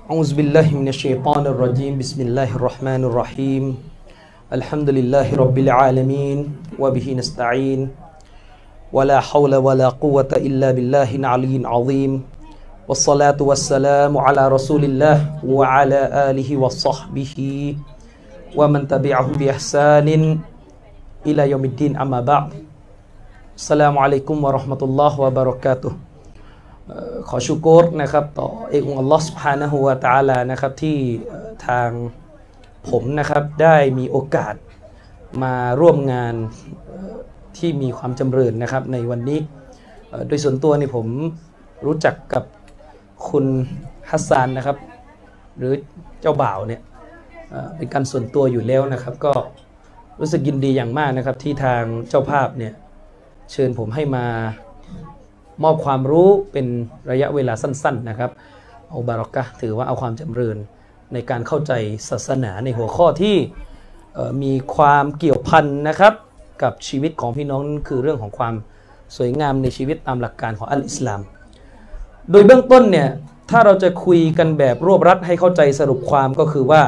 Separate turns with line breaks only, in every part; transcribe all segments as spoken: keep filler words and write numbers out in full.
أعوذ بالله من الشيطان الرجيم بسم الله الرحمن الرحيم الحمد لله رب العالمين وبه نستعين ولا حول ولا قوة إلا بالله العلي العظيم والصلاة والسلام على رسول الله وعلى آله وصحبه ومن تبعهم بإحسان إلى يوم الدين أما بعد السلام عليكم ورحمة الله وبركاتهขอชูโกรนะครับต่อเอกองค์อัลลอฮฺซุบฮานะฮูวะตะอาลานะครับที่ทางผมนะครับได้มีโอกาสมาร่วมงานที่มีความจำเริญนะครับในวันนี้โดยส่วนตัวนี่ผมรู้จักกับคุณฮัสซานนะครับหรือเจ้าบ่าวเนี่ยเป็นการส่วนตัวอยู่แล้วนะครับก็รู้สึกยินดีอย่างมากนะครับที่ทางเจ้าภาพเนี่ยเชิญผมให้มามอบความรู้เป็นระยะเวลาสั้นๆนะครับเอาบารอกะห์ถือว่าเอาความจำเริญในการเข้าใจศาสนาในหัวข้อที่มีความเกี่ยวพันนะครับกับชีวิตของพี่น้องคือเรื่องของความสวยงามในชีวิตตามหลักการของอัลอิสลามโดยเบื้องต้นเนี่ยถ้าเราจะคุยกันแบบรวบรัดให้เข้าใจสรุปความก็คือว่า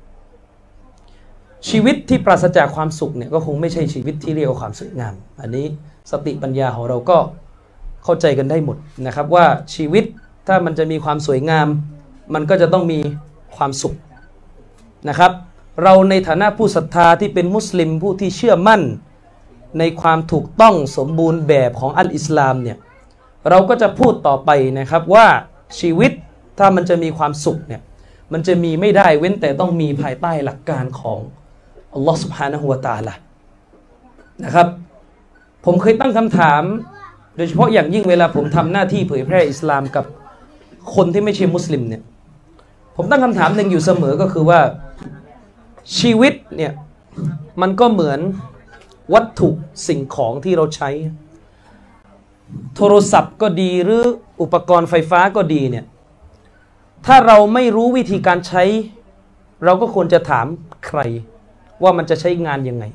ชีวิตที่ปราศจากความสุขเนี่ยก็คงไม่ใช่ชีวิตที่เรียกว่าความสวยงามอันนี้สติปัญญาของเราก็เข้าใจกันได้หมดนะครับว่าชีวิตถ้ามันจะมีความสวยงามมันก็จะต้องมีความสุขนะครับเราในฐานะผู้ศรัทธาที่เป็นมุสลิมผู้ที่เชื่อมั่นในความถูกต้องสมบูรณ์แบบของอัลอิสลามเนี่ยเราก็จะพูดต่อไปนะครับว่าชีวิตถ้ามันจะมีความสุขเนี่ยมันจะมีไม่ได้เว้นแต่ต้องมีภายใต้หลักการของอัลลอฮฺซุบฮานะฮูวะตะอาลานะครับผมเคยตั้งคำถามโดยเฉพาะอย่างยิ่งเวลาผมทำหน้าที่เผยแพร่อิสลามกับคนที่ไม่ใช่มุสลิมเนี่ยผมตั้งคำถามหนึ่งอยู่เสมอก็คือว่าชีวิตเนี่ยมันก็เหมือนวัตถุสิ่งของที่เราใช้โทรศัพท์ก็ดีหรืออุปกรณ์ไฟฟ้าก็ดีเนี่ยถ้าเราไม่รู้วิธีการใช้เราก็ควรจะถามใครว่ามันจะใช้งานยังไง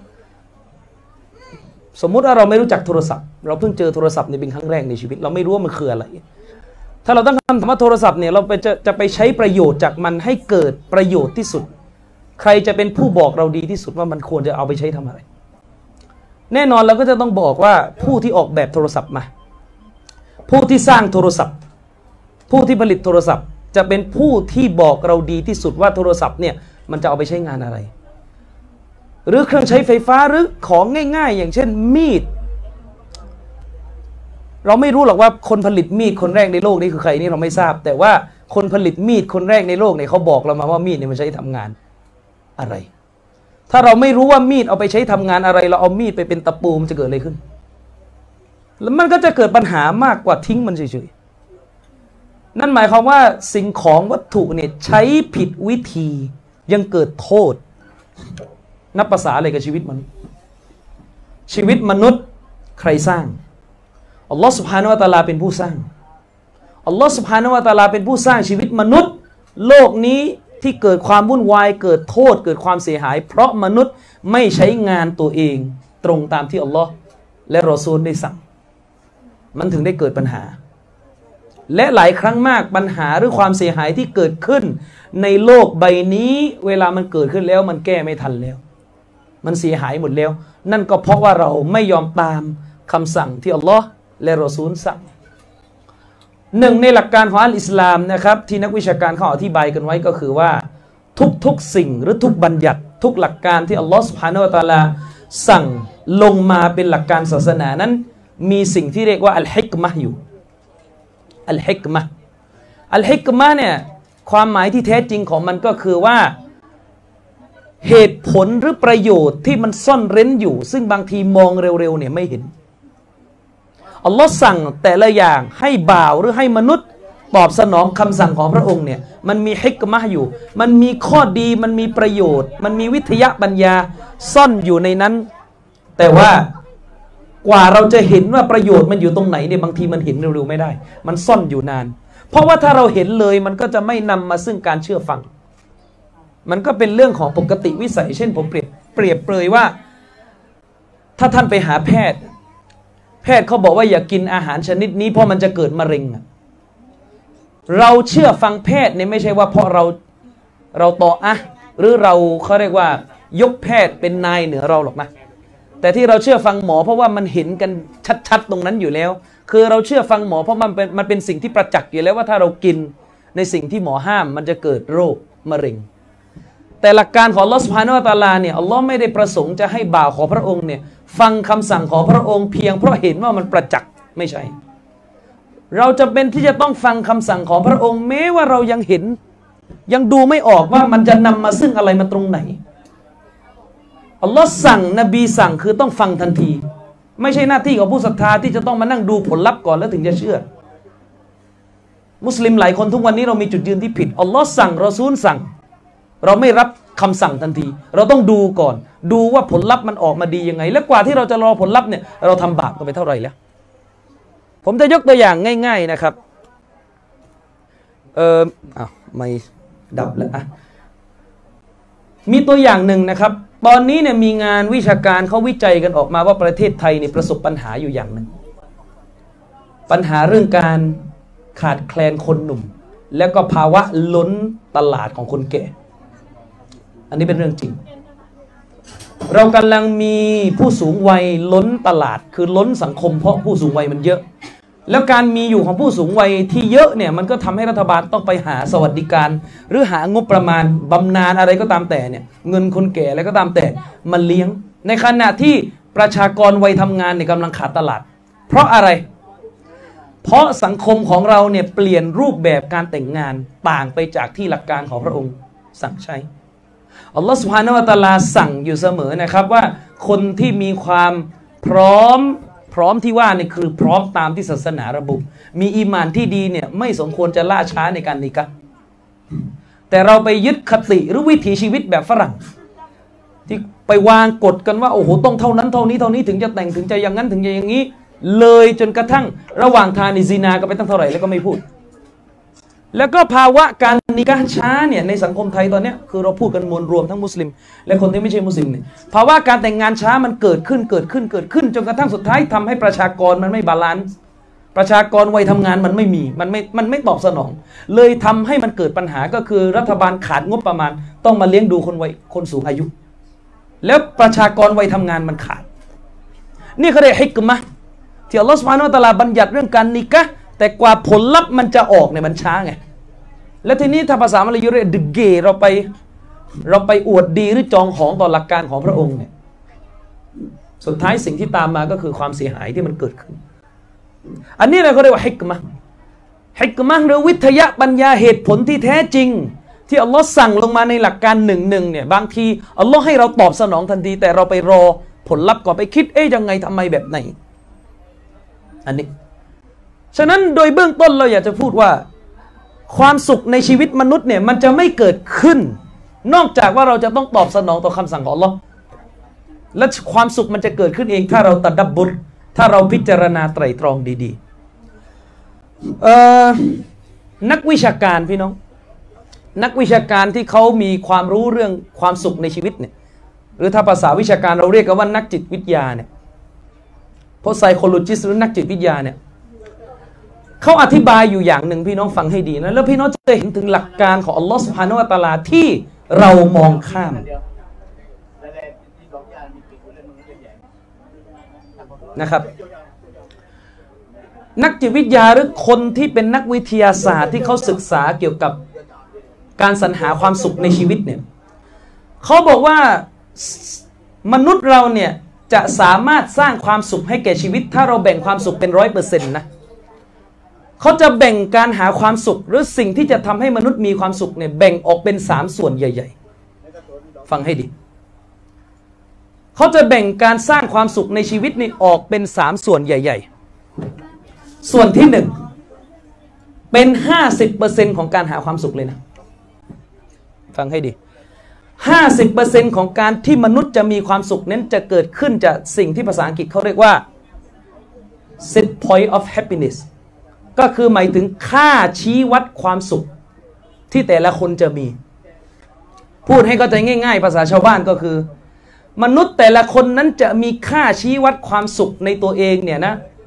สมมุติว่าเราไม่รู้จักโทรศัพท์เราเพิ่งเจอโทรศัพท์ในเป็นครั้งแรกในชีวิตเราไม่รู้ว่ามันคืออะไรถ้าเราตั้งคำถามว่าโทรศัพท์เนี่ยเราไปจะจะไปใช้ประโยชน์จากมันให้เกิดประโยชน์ที่สุดใครจะเป็นผู้บอกเราดีที่สุดว่ามันควรจะเอาไปใช้ทำอะไรแน่นอนเราก็จะต้องบอกว่าผู้ที่ออกแบบโทรศัพท์มาผู้ที่สร้างโทรศัพท์ผู้ที่ผลิตโทรศัพท์จะเป็นผู้ที่บอกเราดีที่สุดว่าโทรศัพท์เนี่ยมันจะเอาไปใช้งานอะไรหรือเครื่องใช้ไฟฟ้าหรือของง่ายๆอย่างเช่นมีดเราไม่รู้หรอกว่าคนผลิตมีดคนแรกในโลกนี้คือใครนี่เราไม่ทราบแต่ว่าคนผลิตมีดคนแรกในโลกเนี่ยเขาบอกเรามาว่ามีดเนี่ยมันใช้ทำงานอะไรถ้าเราไม่รู้ว่ามีดเอาไปใช้ทำงานอะไรเราเอามีดไปเป็นตะปูมันจะเกิดอะไรขึ้นแล้วมันก็จะเกิดปัญหามากกว่าทิ้งมันเฉยๆนั่นหมายความว่าสิ่งของวัตถุเนี่ยใช้ผิดวิธียังเกิดโทษนับภาษาอะไรกับชีวิตมนุษย์ชีวิตมนุษย์ใครสร้างอัลลอฮฺซุบฮานะฮูวะตะอาลาเป็นผู้สร้างอัลลอฮฺซุบฮานะฮูวะตะอาลาเป็นผู้สร้างชีวิตมนุษย์โลกนี้ที่เกิดความวุ่นวายเกิดโทษเกิดความเสียหายเพราะมนุษย์ไม่ใช้งานตัวเองตรงตามที่อัลลอฮ์และรอซูลได้สั่งมันถึงได้เกิดปัญหาและหลายครั้งมากปัญหาหรือความเสียหายที่เกิดขึ้นในโลกใบนี้เวลามันเกิดขึ้นแล้วมันแก้ไม่ทันแล้วมันเสียหายหมดแล้วนั่นก็เพราะว่าเราไม่ยอมตามคำสั่งที่อัลลอฮ์และรอซูลสั่งหนึ่งในหลักการของอัลอิสลามนะครับที่นักวิชาการเขาอธิบายกันไว้ก็คือว่าทุกๆสิ่งหรือทุกบัญญัติทุกหลักการที่อัลลอฮ์ซุบฮานะฮูวะตะอาลาสั่งลงมาเป็นหลักการศาสนานั้นมีสิ่งที่เรียกว่าอัลฮิกมะห์อยู่อัลฮิกมะห์อัลฮิกมะห์เนี่ยความหมายที่แท้จริงของมันก็คือว่าเหตุผลหรือประโยชน์ที่มันซ่อนเร้นอยู่ซึ่งบางทีมองเร็วๆเนี่ยไม่เห็นอัลลอฮ์สั่งแต่ละอย่างให้บ่าวหรือให้มนุษย์ตอบสนองคำสั่งของพระองค์เนี่ยมันมีฮิกมะห์อยู่มันมีข้อดีมันมีประโยชน์มันมีวิทยาปัญญาซ่อนอยู่ในนั้นแต่ว่ากว่าเราจะเห็นว่าประโยชน์มันอยู่ตรงไหนเนี่ยบางทีมันเห็นเร็วๆไม่ได้มันซ่อนอยู่นานเพราะว่าถ้าเราเห็นเลยมันก็จะไม่นำมาซึ่งการเชื่อฟังมันก็เป็นเรื่องของปกติวิสัยเช่นผมเปรียบเปรียบเปรยว่าถ้าท่านไปหาแพทย์แพทย์เขาบอกว่าอย่ากินอาหารชนิดนี้เพราะมันจะเกิดมะเร็งเราเชื่อฟังแพทย์เนี่ยไม่ใช่ว่าเพราะเราเราต่ออะหรือเราเขาเรียกว่ายกแพทย์เป็นนายเหนือเราหรอกนะแต่ที่เราเชื่อฟังหมอเพราะว่ามันเห็นกันชัดๆตรงนั้นอยู่แล้วคือเราเชื่อฟังหมอเพราะมันเป็นมันเป็นสิ่งที่ประจักษ์อยู่แล้วว่าถ้าเรากินในสิ่งที่หมอห้ามมันจะเกิดโรคมะเร็งแต่หลักการของอัลลอฮฺซุบฮานะฮูวะตะอาลาเนี่ยอัลลอฮ์ไม่ได้ประสงค์จะให้บ่าวของพระองค์เนี่ยฟังคำสั่งของพระองค์เพียงเพราะเห็นว่ามันประจักษ์ไม่ใช่เราจำเป็นที่จะต้องฟังคำสั่งของพระองค์แม้ว่าเรายังเห็นยังดูไม่ออกว่ามันจะนำมาซึ่งอะไรมาตรงไหนอัลลอฮ์สั่งนบีสั่งคือต้องฟังทันทีไม่ใช่หน้าที่ของผู้ศรัทธาที่จะต้องมานั่งดูผลลัพธ์ก่อนแล้วถึงจะเชื่อมุสลิมหลายคนทุกวันนี้เรามีจุดยืนที่ผิดอัลลอฮ์สั่งรอซูลสั่งเราไม่รับคำสั่งทันทีเราต้องดูก่อนดูว่าผลลัพธ์มันออกมาดียังไงและกว่าที่เราจะรอผลลัพธ์เนี่ยเราทำบาปกันไปเท่าไหร่แล้วผมจะยกตัวอย่างง่ายๆนะครับเอออ้าวไม่ดับแล้วอ่ะมีตัวอย่างหนึ่งนะครับตอนนี้เนี่ยมีงานวิชาการเขาวิจัยกันออกมาว่าประเทศไทยเนี่ยประสบปัญหาอยู่อย่างหนึ่งปัญหาเรื่องการขาดแคลนคนหนุ่มแล้วก็ภาวะล้นตลาดของคนแก่อันนี้เป็นเรื่องจริงเรากำลังมีผู้สูงวัยล้นตลาดคือล้นสังคมเพราะผู้สูงวัยมันเยอะแล้วการมีอยู่ของผู้สูงวัยที่เยอะเนี่ยมันก็ทำให้รัฐบาลต้องไปหาสวัสดิการหรือหางบประมาณบำนาญอะไรก็ตามแต่เนี่ยเงินคนแก่อะไรก็ตามแต่มาเลี้ยงในขณะที่ประชากรวัยทำงานเนี่ยกำลังขาดตลาดเพราะอะไรเพราะสังคมของเราเนี่ยเปลี่ยนรูปแบบการแต่งงานต่างไปจากที่หลักการของพระองค์สั่งใช้อัลลอฮฺซุบฮานะฮูวะตะอาลาสั่งอยู่เสมอนะครับว่าคนที่มีความพร้อมพร้อมที่ว่านี่คือพร้อมตามที่ศาสนาระบุมีอีหม่านที่ดีเนี่ยไม่สมควรจะล่าช้าในการนิกะห์แต่เราไปยึดคติหรือวิถีชีวิตแบบฝรั่งที่ไปวางกฎกันว่าโอ้โหต้องเท่านั้นเท่านี้เท่านี้ถึงจะแต่งถึงจะอย่างนั้นถึงจะอย่างนี้เลยจนกระทั่งระหว่างทางในซินาก็ไปตั้งเท่าไหร่แล้วก็ไม่พูดแล้วก็ภาวะการนิกะห์ช้าเนี่ยในสังคมไทยตอนนี้คือเราพูดกันมวลรวมทั้งมุสลิมและคนที่ไม่ใช่มุสลิมเนี่ยภาวะการแต่งงานช้ามันเกิดขึ้นเกิดขึ้นเกิดขึ้นจนกระทั่งสุดท้ายทำให้ประชากรมันไม่บาลานซ์ประชากรวัยทำงานมันไม่มีมันไม่มันไม่ตอบสนองเลยทำให้มันเกิดปัญหาก็คือรัฐบาลขาดงบประมาณต้องมาเลี้ยงดูคนวัยคนสูงอายุแล้วประชากรวัยทำงานมันขาดนี่เขาเรียกฮิกมะห์ที่อัลลอฮฺซุบฮานะฮูวะตะอาลาบัญญัติเรื่องการนิกะห์แต่กว่าผลลัพธ์มันจะออกเนี่ยมันช้าไงแล้วทีนี้ถ้าภาษามาลายูเรียกดึกเกเราไปเราไปอวดดีหรือจองของต่อหลักการของพระองค์เนี่ยสุดท้ายสิ่งที่ตามมาก็คือความเสียหายที่มันเกิดขึ้นอันนี้เราเขาเรียกว่าฮิกมะห์ฮิกมะห์หรือวิทยาปัญญาเหตุผลที่แท้จริงที่อัลลอฮ์สั่งลงมาในหลักการหนึ่งหนึ่งเนี่ยบางทีอัลลอฮ์ให้เราตอบสนองทันทีแต่เราไปรอผลลัพธ์ก่อนไปคิดเอ๊ยยังไงทำไมแบบไหนอันนี้ฉะนั้นโดยเบื้องต้นเราอยากจะพูดว่าความสุขในชีวิตมนุษย์เนี่ยมันจะไม่เกิดขึ้นนอกจากว่าเราจะต้องตอบสนองต่อคำสั่งของอัลลอฮ์และความสุขมันจะเกิดขึ้นเองถ้าเราตัดดับบุรถ้าเราพิจารณาไตร่ตรองดีๆนักวิชาการพี่น้องนักวิชาการที่เขามีความรู้เรื่องความสุขในชีวิตเนี่ยหรือถ้าภาษาวิชาการเราเรียกกันว่านักจิตวิทยาเนี่ยเพราะไซโคโลจิสต์หรือนักจิตวิทยาเนี่ยเขาอธิบายอยู่อย่างหนึ่งพี่น้องฟังให้ดีนะแล้วพี่น้องจะเห็นถึงหลักการของอัลลอฮฺซุบฮานะฮูวะตะอาลาที่เรามองข้ามนะครับนักจิตวิทยาหรือคนที่เป็นนักวิทยาศาสตร์ที่เขาศึกษาเกี่ยวกับการสรรหาความสุขในชีวิตเนี่ยเขาบอกว่ามนุษย์เราเนี่ยจะสามารถสร้างความสุขให้แก่ชีวิตถ้าเราแบ่งความสุขเป็นร้อยเปอร์เซ็นต์นะเขาจะแบ่งการหาความสุขหรือสิ่งที่จะทำให้มนุษย์มีความสุขเนี่ยแบ่งออกเป็นสามส่วนใหญ่ๆฟังให้ดีเขาจะแบ่งการสร้างความสุขในชีวิตนี่ออกเป็นสามส่วนใหญ่ๆส่วนที่หนึ่งเป็นห้าสิบเปอร์เซ็นต์ของการหาความสุขเลยนะฟังให้ดีห้าสิบเปอร์เซ็นต์ของการที่มนุษย์จะมีความสุขนั้นจะเกิดขึ้นจากสิ่งที่ภาษาอังกฤษเขาเรียกว่า set point of happinessก็คือหมายถึงค่าชี้วัดความสุขที่แต่ละคนจะมีพูดให้เข้าใจง่ายๆภาษาชาวบ้านก็คือมนุษย์แต่ละคนนั้นจะมีค่าชี้วัดความสุขในตัวเองเนี่ยนะ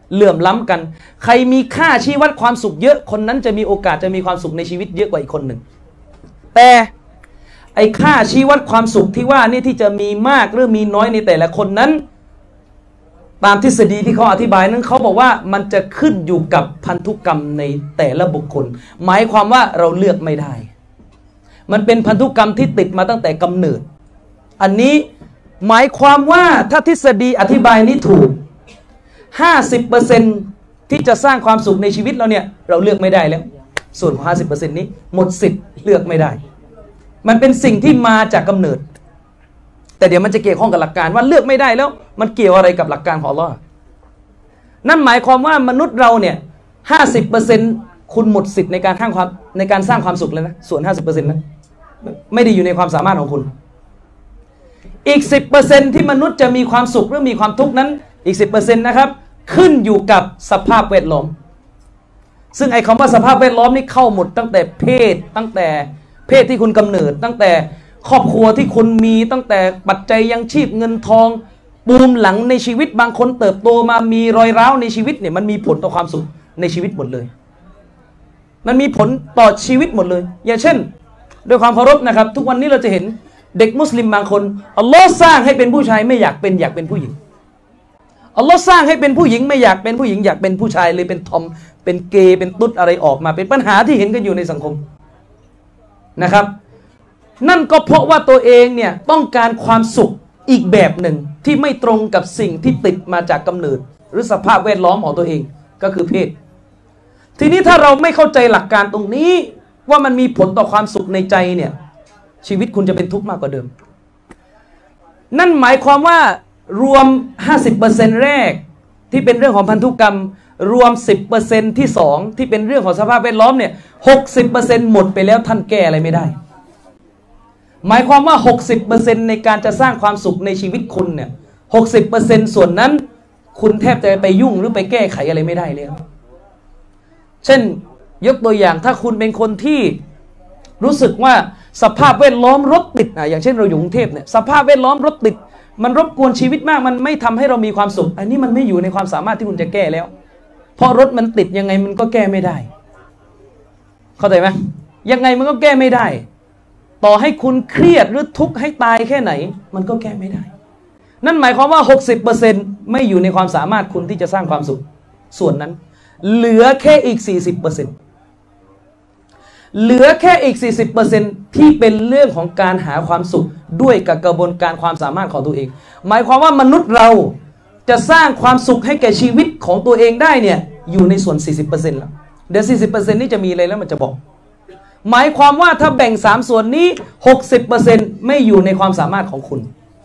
เหลื่อมล้ำกันใครมีค่าชี้วัดความสุขเยอะคนนั้นจะมีโอกาสจะมีความสุขในชีวิตเยอะกว่าอีกคนหนึ่งแต่ไอ้ค่าชี้วัดความสุขที่ว่านี่ที่จะมีมากหรือมีน้อยในแต่ละคนนั้นตามทฤษฎีที่เขาอธิบายนั้นเขาบอกว่ามันจะขึ้นอยู่กับพันธุกรรมในแต่ละบุคคลหมายความว่าเราเลือกไม่ได้มันเป็นพันธุกรรมที่ติดมาตั้งแต่กำเนิดอันนี้หมายความว่าถ้าทฤษฎีอธิบายนี้ถูก ห้าสิบเปอร์เซ็นต์ ที่จะสร้างความสุขในชีวิตเราเนี่ยเราเลือกไม่ได้แล้วส่วนของ ห้าสิบเปอร์เซ็นต์ นี้หมดสิทธิ์เลือกไม่ได้มันเป็นสิ่งที่มาจากกำเนิดแต่เดี๋ยวมันจะเกี่ยวข้องกับหลักการว่าเลือกไม่ได้แล้วมันเกี่ยวอะไรกับหลักการของอัลเลาะห์นั่นหมายความว่ามนุษย์เราเนี่ย ห้าสิบเปอร์เซ็นต์ คุณหมดสิทธิ์ในการสร้างความในการสร้างความสุขแล้วนะส่วน ห้าสิบเปอร์เซ็นต์ นั้นไม่ได้อยู่ในความสามารถของคุณอีก สิบเปอร์เซ็นต์ ที่มนุษย์จะมีความสุขหรือมีความทุกข์นั้นอีก สิบเปอร์เซ็นต์ นะครับขึ้นอยู่กับสภาพแวดล้อมซึ่งไอ้คำว่าสภาพแวดล้อมนี่เข้าหมดตั้งแต่เพศตั้งแต่เพศที่คุณกำเนิดตั้งแต่ครอบครัวที่คุณมีตั้งแต่ปัจจัยยังชีพเงินทองปูมหลังในชีวิตบางคนเติบโตมามีรอยร้าวในชีวิตเนี่ยมันมีผลต่อความสุขในชีวิตหมดเลยมันมีผลต่อชีวิตหมดเลยอย่างเช่นด้วยความเคารพนะครับทุกวันนี้เราจะเห็นเด็กมุสลิมบางคนอัลลอฮ์สร้างให้เป็นผู้ชายไม่อยากเป็นอยากเป็นผู้หญิงอัลลอฮ์สร้างให้เป็นผู้หญิงไม่อยากเป็นผู้หญิงอยากเป็นผู้ชายเลยเป็นทอมเป็นเกย์เป็นตุ๊ดอะไรออกมาเป็นปัญหาที่เห็นกันอยู่ในสังคมนะครับนั่นก็เพราะว่าตัวเองเนี่ยต้องการความสุขอีกแบบหนึ่งที่ไม่ตรงกับสิ่งที่ติดมาจากกำเนิดหรือสภาพแวดล้อมของตัวเองก็คือเพศทีนี้ถ้าเราไม่เข้าใจหลักการตรงนี้ว่ามันมีผลต่อความสุขในใจเนี่ยชีวิตคุณจะเป็นทุกข์มากกว่าเดิมนั่นหมายความว่ารวม ห้าสิบเปอร์เซ็นต์ แรกที่เป็นเรื่องของพันธุกรรมรวม สิบเปอร์เซ็นต์ ที่สองที่เป็นเรื่องของสภาพแวดล้อมเนี่ย หกสิบเปอร์เซ็นต์ หมดไปแล้วท่านแก้อะไรไม่ได้หมายความว่า หกสิบเปอร์เซ็นต์ ในการจะสร้างความสุขในชีวิตคุณเนี่ย หกสิบเปอร์เซ็นต์ ส่วนนั้นคุณแทบจะไปยุ่งหรือไปแก้ไขอะไรไม่ได้แล้วเช่นยกตัวอย่างถ้าคุณเป็นคนที่รู้สึกว่าสภาพแวดล้อมรถติดนะอย่างเช่นเราอยู่กรุงเทพเนี่ยสภาพแวดล้อมรถติดมันรบกวนชีวิตมากมันไม่ทำให้เรามีความสุขอันนี้มันไม่อยู่ในความสามารถที่คุณจะแก้แล้วเพราะรถมันติดยังไงมันก็แก้ไม่ได้เข้าใจไหมยังไงมันก็แก้ไม่ได้ต่อให้คุณเครียดหรือทุกข์ให้ตายแค่ไหนมันก็แก้ไม่ได้นั่นหมายความว่า หกสิบเปอร์เซ็นต์ ไม่อยู่ในความสามารถคุณที่จะสร้างความสุขส่วนนั้นเหลือแค่อีก สี่สิบเปอร์เซ็นต์ เหลือแค่อีก สี่สิบเปอร์เซ็นต์ ที่เป็นเรื่องของการหาความสุขด้วยกับกระบวนการความสามารถของตัวเองหมายความว่ามนุษย์เราจะสร้างความสุขให้แก่ชีวิตของตัวเองได้เนี่ยอยู่ในส่วน สี่สิบเปอร์เซ็นต์ แล้วเดี๋ยว สี่สิบเปอร์เซ็นต์ นี่จะมีอะไรแล้วมันจะบอกหมายความว่าถ้าแบ่งสามส่วนนี้ หกสิบเปอร์เซ็นต์ ไม่อยู่ในความสามารถของคุณ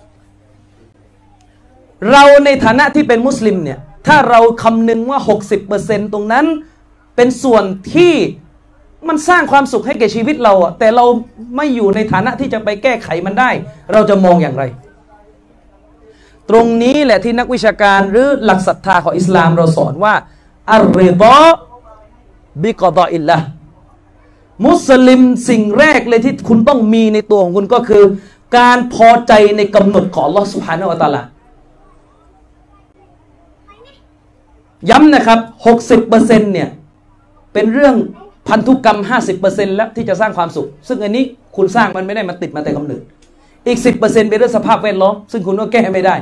เราในฐานะที่เป็นมุสลิมเนี่ยถ้าเราคำนึงว่า หกสิบเปอร์เซ็นต์ ตรงนั้นเป็นส่วนที่มันสร้างความสุขให้แก่ชีวิตเราอะแต่เราไม่อยู่ในฐานะที่จะไปแก้ไขมันได้เราจะมองอย่างไรตรงนี้แหละที่นักวิชาการหรือหลักศรัทธาของอิสลามเราสอนว่าอัรริฎอบิกอฎออิลลาห์มุสลิมสิ่งแรกเลยที่คุณต้องมีในตัวของคุณก็คือการพอใจในกำหนดของอัลลอฮฺซุบฮานะฮูวะตะอาลาย้ำนะครับ หกสิบเปอร์เซ็นต์ เนี่ยเป็นเรื่องพันธุกรรม ห้าสิบเปอร์เซ็นต์ แล้วที่จะสร้างความสุขซึ่งอันนี้คุณสร้างมันไม่ได้มันติดมาแต่กำเนิดอีก สิบเปอร์เซ็นต์ เป็นเรื่องสภาพแวดล้อมซึ่งคุณก็แก้ไม่ได้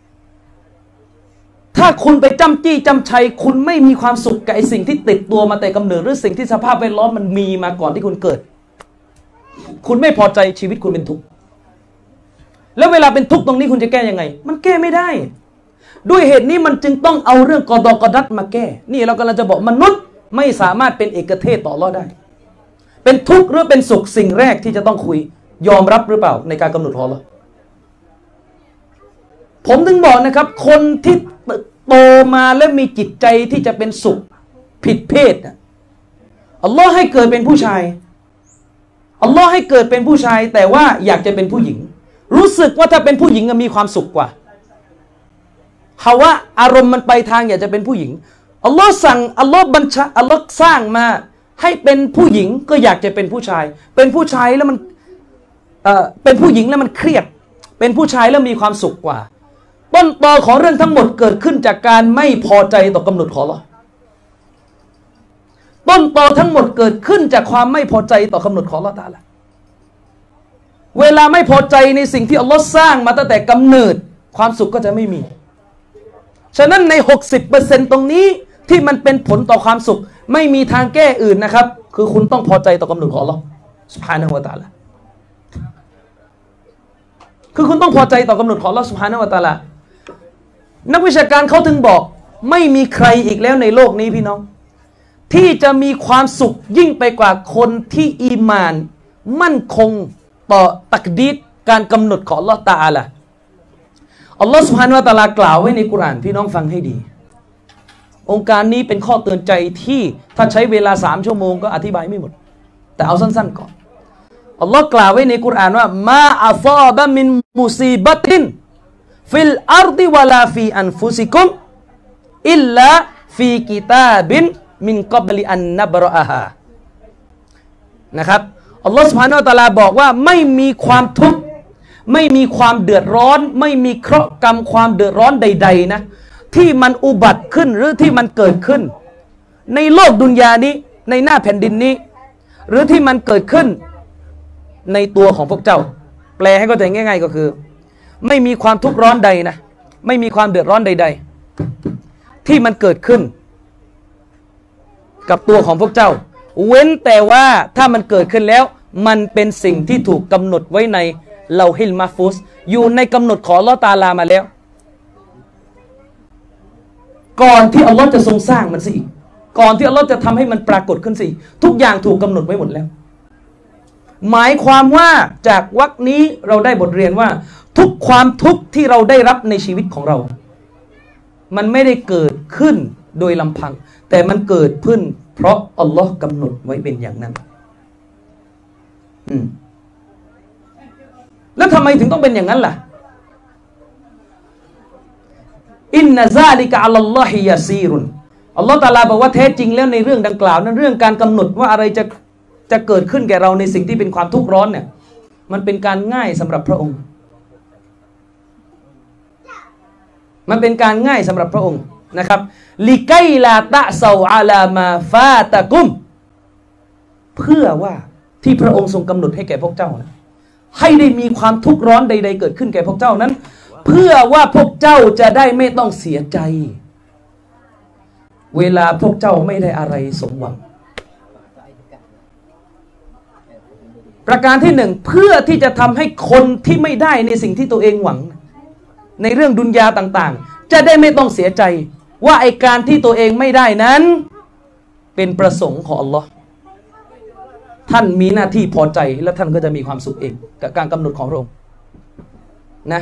ถ้าคุณไปจำจี้จำชัยคุณไม่มีความสุขกับไอ้สิ่งที่ติดตัวมาแต่กำเนิดหรือสิ่งที่สภาพแวดล้อมมันมีมาก่อนที่คุณเกิดคุณไม่พอใจชีวิตคุณเป็นทุกข์แล้วเวลาเป็นทุกข์ตรงนี้คุณจะแก้ยังไงมันแก้ไม่ได้ด้วยเหตุนี้มันจึงต้องเอาเรื่องกอฎอกอดัรมาแก้นี่เรากำลังจะบอกมนุษย์ไม่สามารถเป็นเอกเทศต่ออัลเลาะห์ได้เป็นทุกข์หรือเป็นสุขสิ่งแรกที่จะต้องคุยยอมรับหรือเปล่าในการกำหนดของอัลเลาะห์ผมถึงบอกนะครับคนที่โตมาและมีจิตใจที่จะเป็นสุขผิดเพศอัลลอฮ์ให้เกิดเป็นผู้ชายอัลลอฮ์ให้เกิดเป็นผู้ชายแต่ว่าอยากจะเป็นผู้หญิงรู้สึกว่าถ้าเป็นผู้หญิงมีความสุขกว่าฮาวะอารมณ์มันไปทางอยากจะเป็นผู้หญิงอัลลอฮ์สั่งอัลลอฮ์บัญชาอัลลอฮ์สร้างมาให้เป็นผู้หญิงก็อยากจะเป็นผู้ชายเป็นผู้ชายแล้วมันเอ่อเป็นผู้หญิงแล้วมันเครียดเป็นผู้ชายแล้วมีความสุขกว่าต้นตอของเรื่องทั้งหมดเกิดขึ้นจากการไม่พอใจต่อกำหนดของอัลเลาะห์ต้นตอทั้งหมดเกิดขึ้นจากความไม่พอใจต่อกำหนดของอัลเลาะห์ตะอาลาเวลาไม่พอใจในสิ่งที่อัลเลาะห์สร้างมาตั้งแต่กำเนิดความสุขก็จะไม่มีฉะนั้นใน หกสิบเปอร์เซ็นต์ ตรงนี้ที่มันเป็นผลต่อความสุขไม่มีทางแก้อื่นนะครับคือคุณต้องพอใจต่อกำหนดของอัลเลาะห์ซุบฮานะฮูวะตะอาลาคือคุณต้องพอใจต่อกำหนดของอัลเลาะห์ซุบฮานะฮูวะตะอาลานักวิชาการเขาถึงบอกไม่มีใครอีกแล้วในโลกนี้พี่น้องที่จะมีความสุขยิ่งไปกว่าคนที่อีหม่านมั่นคงต่อตักดีรการกำหนดของอัลเลาะห์ตะอาลาอัลลอฮฺซุบฮานะฮูวะตะอาลากล่าวไว้ในกุรอานพี่น้องฟังให้ดีองค์การนี้เป็นข้อเตือนใจที่ถ้าใช้เวลาสามชั่วโมงก็อธิบายไม่หมดแต่เอาสั้นๆก่อนอัลลอฮ์กล่าวไว้ในกุรอานว่ามาอัซาบะมินมุซีบะตินฟิลอาร์ดิวะลาฟีอันฟุซิกุมอิลลาฟีกิตาบินมินกับลิอันนับรออะฮานะครับอัลลอฮ์ซุบฮานะฮูวะตะอาลาบอกว่าไม่มีความทุกข์ไม่มีความเดือดร้อนไม่มีเคราะห์กรรมความเดือดร้อนใดๆนะที่มันอุบัติขึ้นหรือที่มันเกิดขึ้นในโลกดุนยานี้ในหน้าแผ่นดินนี้หรือที่มันเกิดขึ้นในตัวของพวกเจ้าแปลให้เข้าใจง่ายๆก็คือไม่มีความทุกข์ร้อนใดนะไม่มีความเดือดร้อนใดๆที่มันเกิดขึ้นกับตัวของพวกเจ้าเว้นแต่ว่าถ้ามันเกิดขึ้นแล้วมันเป็นสิ่งที่ถูกกำหนดไว้ในลอฮิลมาฟูซอยู่ในกำหนดของอัลเลาะห์ตะอาลามาแล้วก่อนที่อัลลอฮ์จะทรงสร้างมันสิก่อนที่อัลลอฮ์จะทำให้มันปรากฏขึ้นสิทุกอย่างถูกกำหนดไว้หมดแล้วหมายความว่าจากวรรคนี้เราได้บทเรียนว่าทุกความทุกข์ที่เราได้รับในชีวิตของเรามันไม่ได้เกิดขึ้นโดยลำพังแต่มันเกิดขึ้นเพราะอัลลอฮ์กำหนดไว้เป็นอย่างนั้นอืมแล้วทำไมถึงต้องเป็นอย่างนั้นล่ะอินนะซาลิกะอัลลอฮิยาซีรุนอัลลอฮฺตะอาลาบอกว่าแท้จริงแล้วในเรื่องดังกล่าวนั้นเรื่องการกำหนดว่าอะไรจะจะเกิดขึ้นแก่เราในสิ่งที่เป็นความทุกข์ร้อนเนี่ยมันเป็นการง่ายสำหรับพระองค์มันเป็นการง่ายสำหรับพระองค์นะครับลิไกลาตะเซาอาลามาฟาตะกุมเพื่อว่าที่พระองค์ทรงกำหนดให้แก่พวกเจ้านะให้ได้มีความทุกข์ร้อนใดๆเกิดขึ้นแก่พวกเจ้านั้นเพื่อว่าพวกเจ้าจะได้ไม่ต้องเสียใจเวลาพวกเจ้าไม่ได้อะไรสมหวังประการที่หนึ่งเพื่อที่จะทำให้คนที่ไม่ได้ในสิ่งที่ตัวเองหวังในเรื่องดุนยาต่างๆจะได้ไม่ต้องเสียใจว่าไอการที่ตัวเองไม่ได้นั้นเป็นประสงค์ของอัลลอฮ์ท่านมีหน้าที่พอใจและท่านก็จะมีความสุขเองกับการกำหนดของพระองค์นะ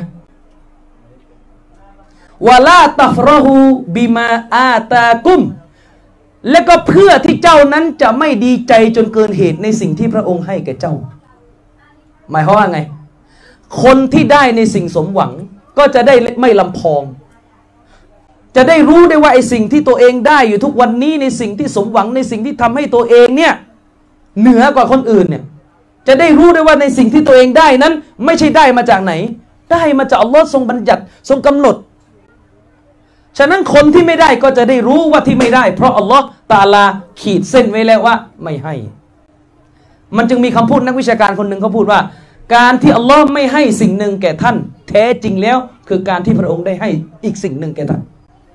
วะลาตัฟรอฮูบิมาอาตากุมและก็เพื่อที่เจ้านั้นจะไม่ดีใจจนเกินเหตุในสิ่งที่พระองค์ให้แก่เจ้าหมายความว่าไงคนที่ได้ในสิ่งสมหวังก็จะได้ไม่ลำพองจะได้รู้ได้ว่าไอ้สิ่งที่ตัวเองได้อยู่ทุกวันนี้ในสิ่งที่สมหวังในสิ่งที่ทำให้ตัวเองเนี่ยเหนือกว่าคนอื่นเนี่ยจะได้รู้ได้ว่าในสิ่งที่ตัวเองได้นั้นไม่ใช่ได้มาจากไหนได้มาจากอัลลอฮ์ทรงบัญญัติทรงกำหนดฉะนั้นคนที่ไม่ได้ก็จะได้รู้ว่าที่ไม่ได้เพราะอัลลอฮ์ตะอาลาขีดเส้นไว้แล้วว่าไม่ให้มันจึงมีคำพูดนักวิชาการคนหนึ่งเขาพูดว่าการที่อัลลอฮ์ไม่ให้สิ่งหนึ่งแก่ท่านแท้จริงแล้วคือการที่พระองค์ได้ให้อีกสิ่งหนึ่งแก่ท่าน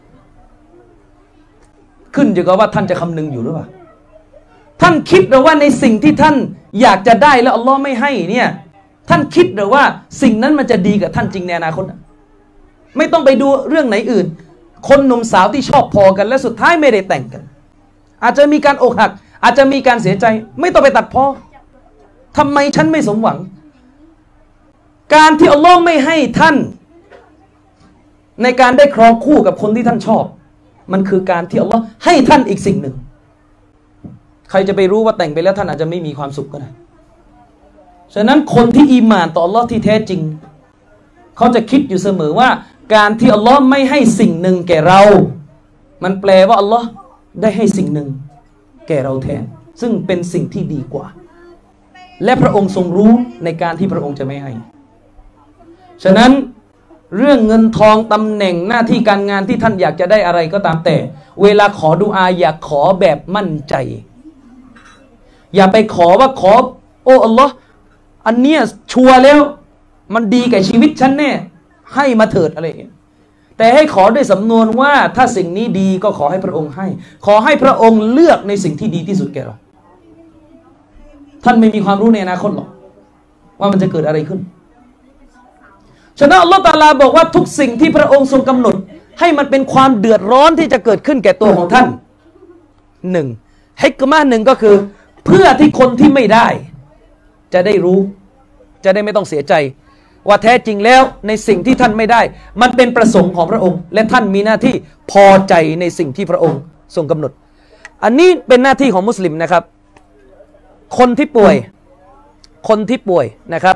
ขึ้นอยู่กับว่าท่านจะคำนึงอยู่หรือเปล่าท่านคิดหรือว่าในสิ่งที่ท่านอยากจะได้แล้วอัลลอฮ์ไม่ให้เนี่ยท่านคิดหรือว่าสิ่งนั้นมันจะดีกับท่านจริงในอนาคตไม่ต้องไปดูเรื่องไหนอื่นคนหนุ่มสาวที่ชอบพอกันและสุดท้ายไม่ได้แต่งกันอาจจะมีการอกหักอาจจะมีการเสียใจไม่ต้องไปตัดพ้อทำไมฉันไม่สมหวังการที่อัลลอฮ์ไม่ให้ท่านในการได้ครองคู่กับคนที่ท่านชอบมันคือการที่อัลลอฮ์ให้ท่านอีกสิ่งหนึ่งใครจะไปรู้ว่าแต่งไปแล้วท่านอาจจะไม่มีความสุขก็ได้ฉะนั้นคนที่อีหม่านต่ออัลลอฮ์ที่แท้จริงเขาจะคิดอยู่เสมอว่าการที่อัลลอฮ์ไม่ให้สิ่งหนึ่งแก่เรามันแปลว่าอัลลอฮ์ได้ให้สิ่งหนึ่งแก่เราแทนซึ่งเป็นสิ่งที่ดีกว่าและพระองค์ทรงรู้ในการที่พระองค์จะไม่ให้ฉะนั้นเรื่องเงินทองตำแหน่งหน้าที่การงานที่ท่านอยากจะได้อะไรก็ตามแต่เวลาขอดุอาอย่าขอแบบมั่นใจอย่าไปขอว่าขอโอ้อัลลอฮ์อันเนี้ยชัวร์แล้วมันดีแก่ชีวิตฉันแน่ให้มาเถิดอะไรอย่างเงี้ยแต่ให้ขอด้วยสำนวนว่าถ้าสิ่งนี้ดีก็ขอให้พระองค์ให้ขอให้พระองค์เลือกในสิ่งที่ดีที่สุดแก่เราท่านไม่มีความรู้ในอนาคตหรอกว่ามันจะเกิดอะไรขึ้นฉะนั้นอัลลอฮฺตะอาลาบอกว่าทุกสิ่งที่พระองค์ทรงกำหนดให้มันเป็นความเดือดร้อนที่จะเกิดขึ้นแก่ตัวของท่านหนึ่งฮิกมะห์หนึ่งก็คือเพื่อที่คนที่ไม่ได้จะได้รู้จะได้ไม่ต้องเสียใจว่าแท้จริงแล้วในสิ่งที่ท่านไม่ได้มันเป็นประสงค์ของพระองค์และท่านมีหน้าที่พอใจในสิ่งที่พระองค์ทรงกำหนดอันนี้เป็นหน้าที่ของมุสลิมนะครับคนที่ป่วยคนที่ป่วยนะครับ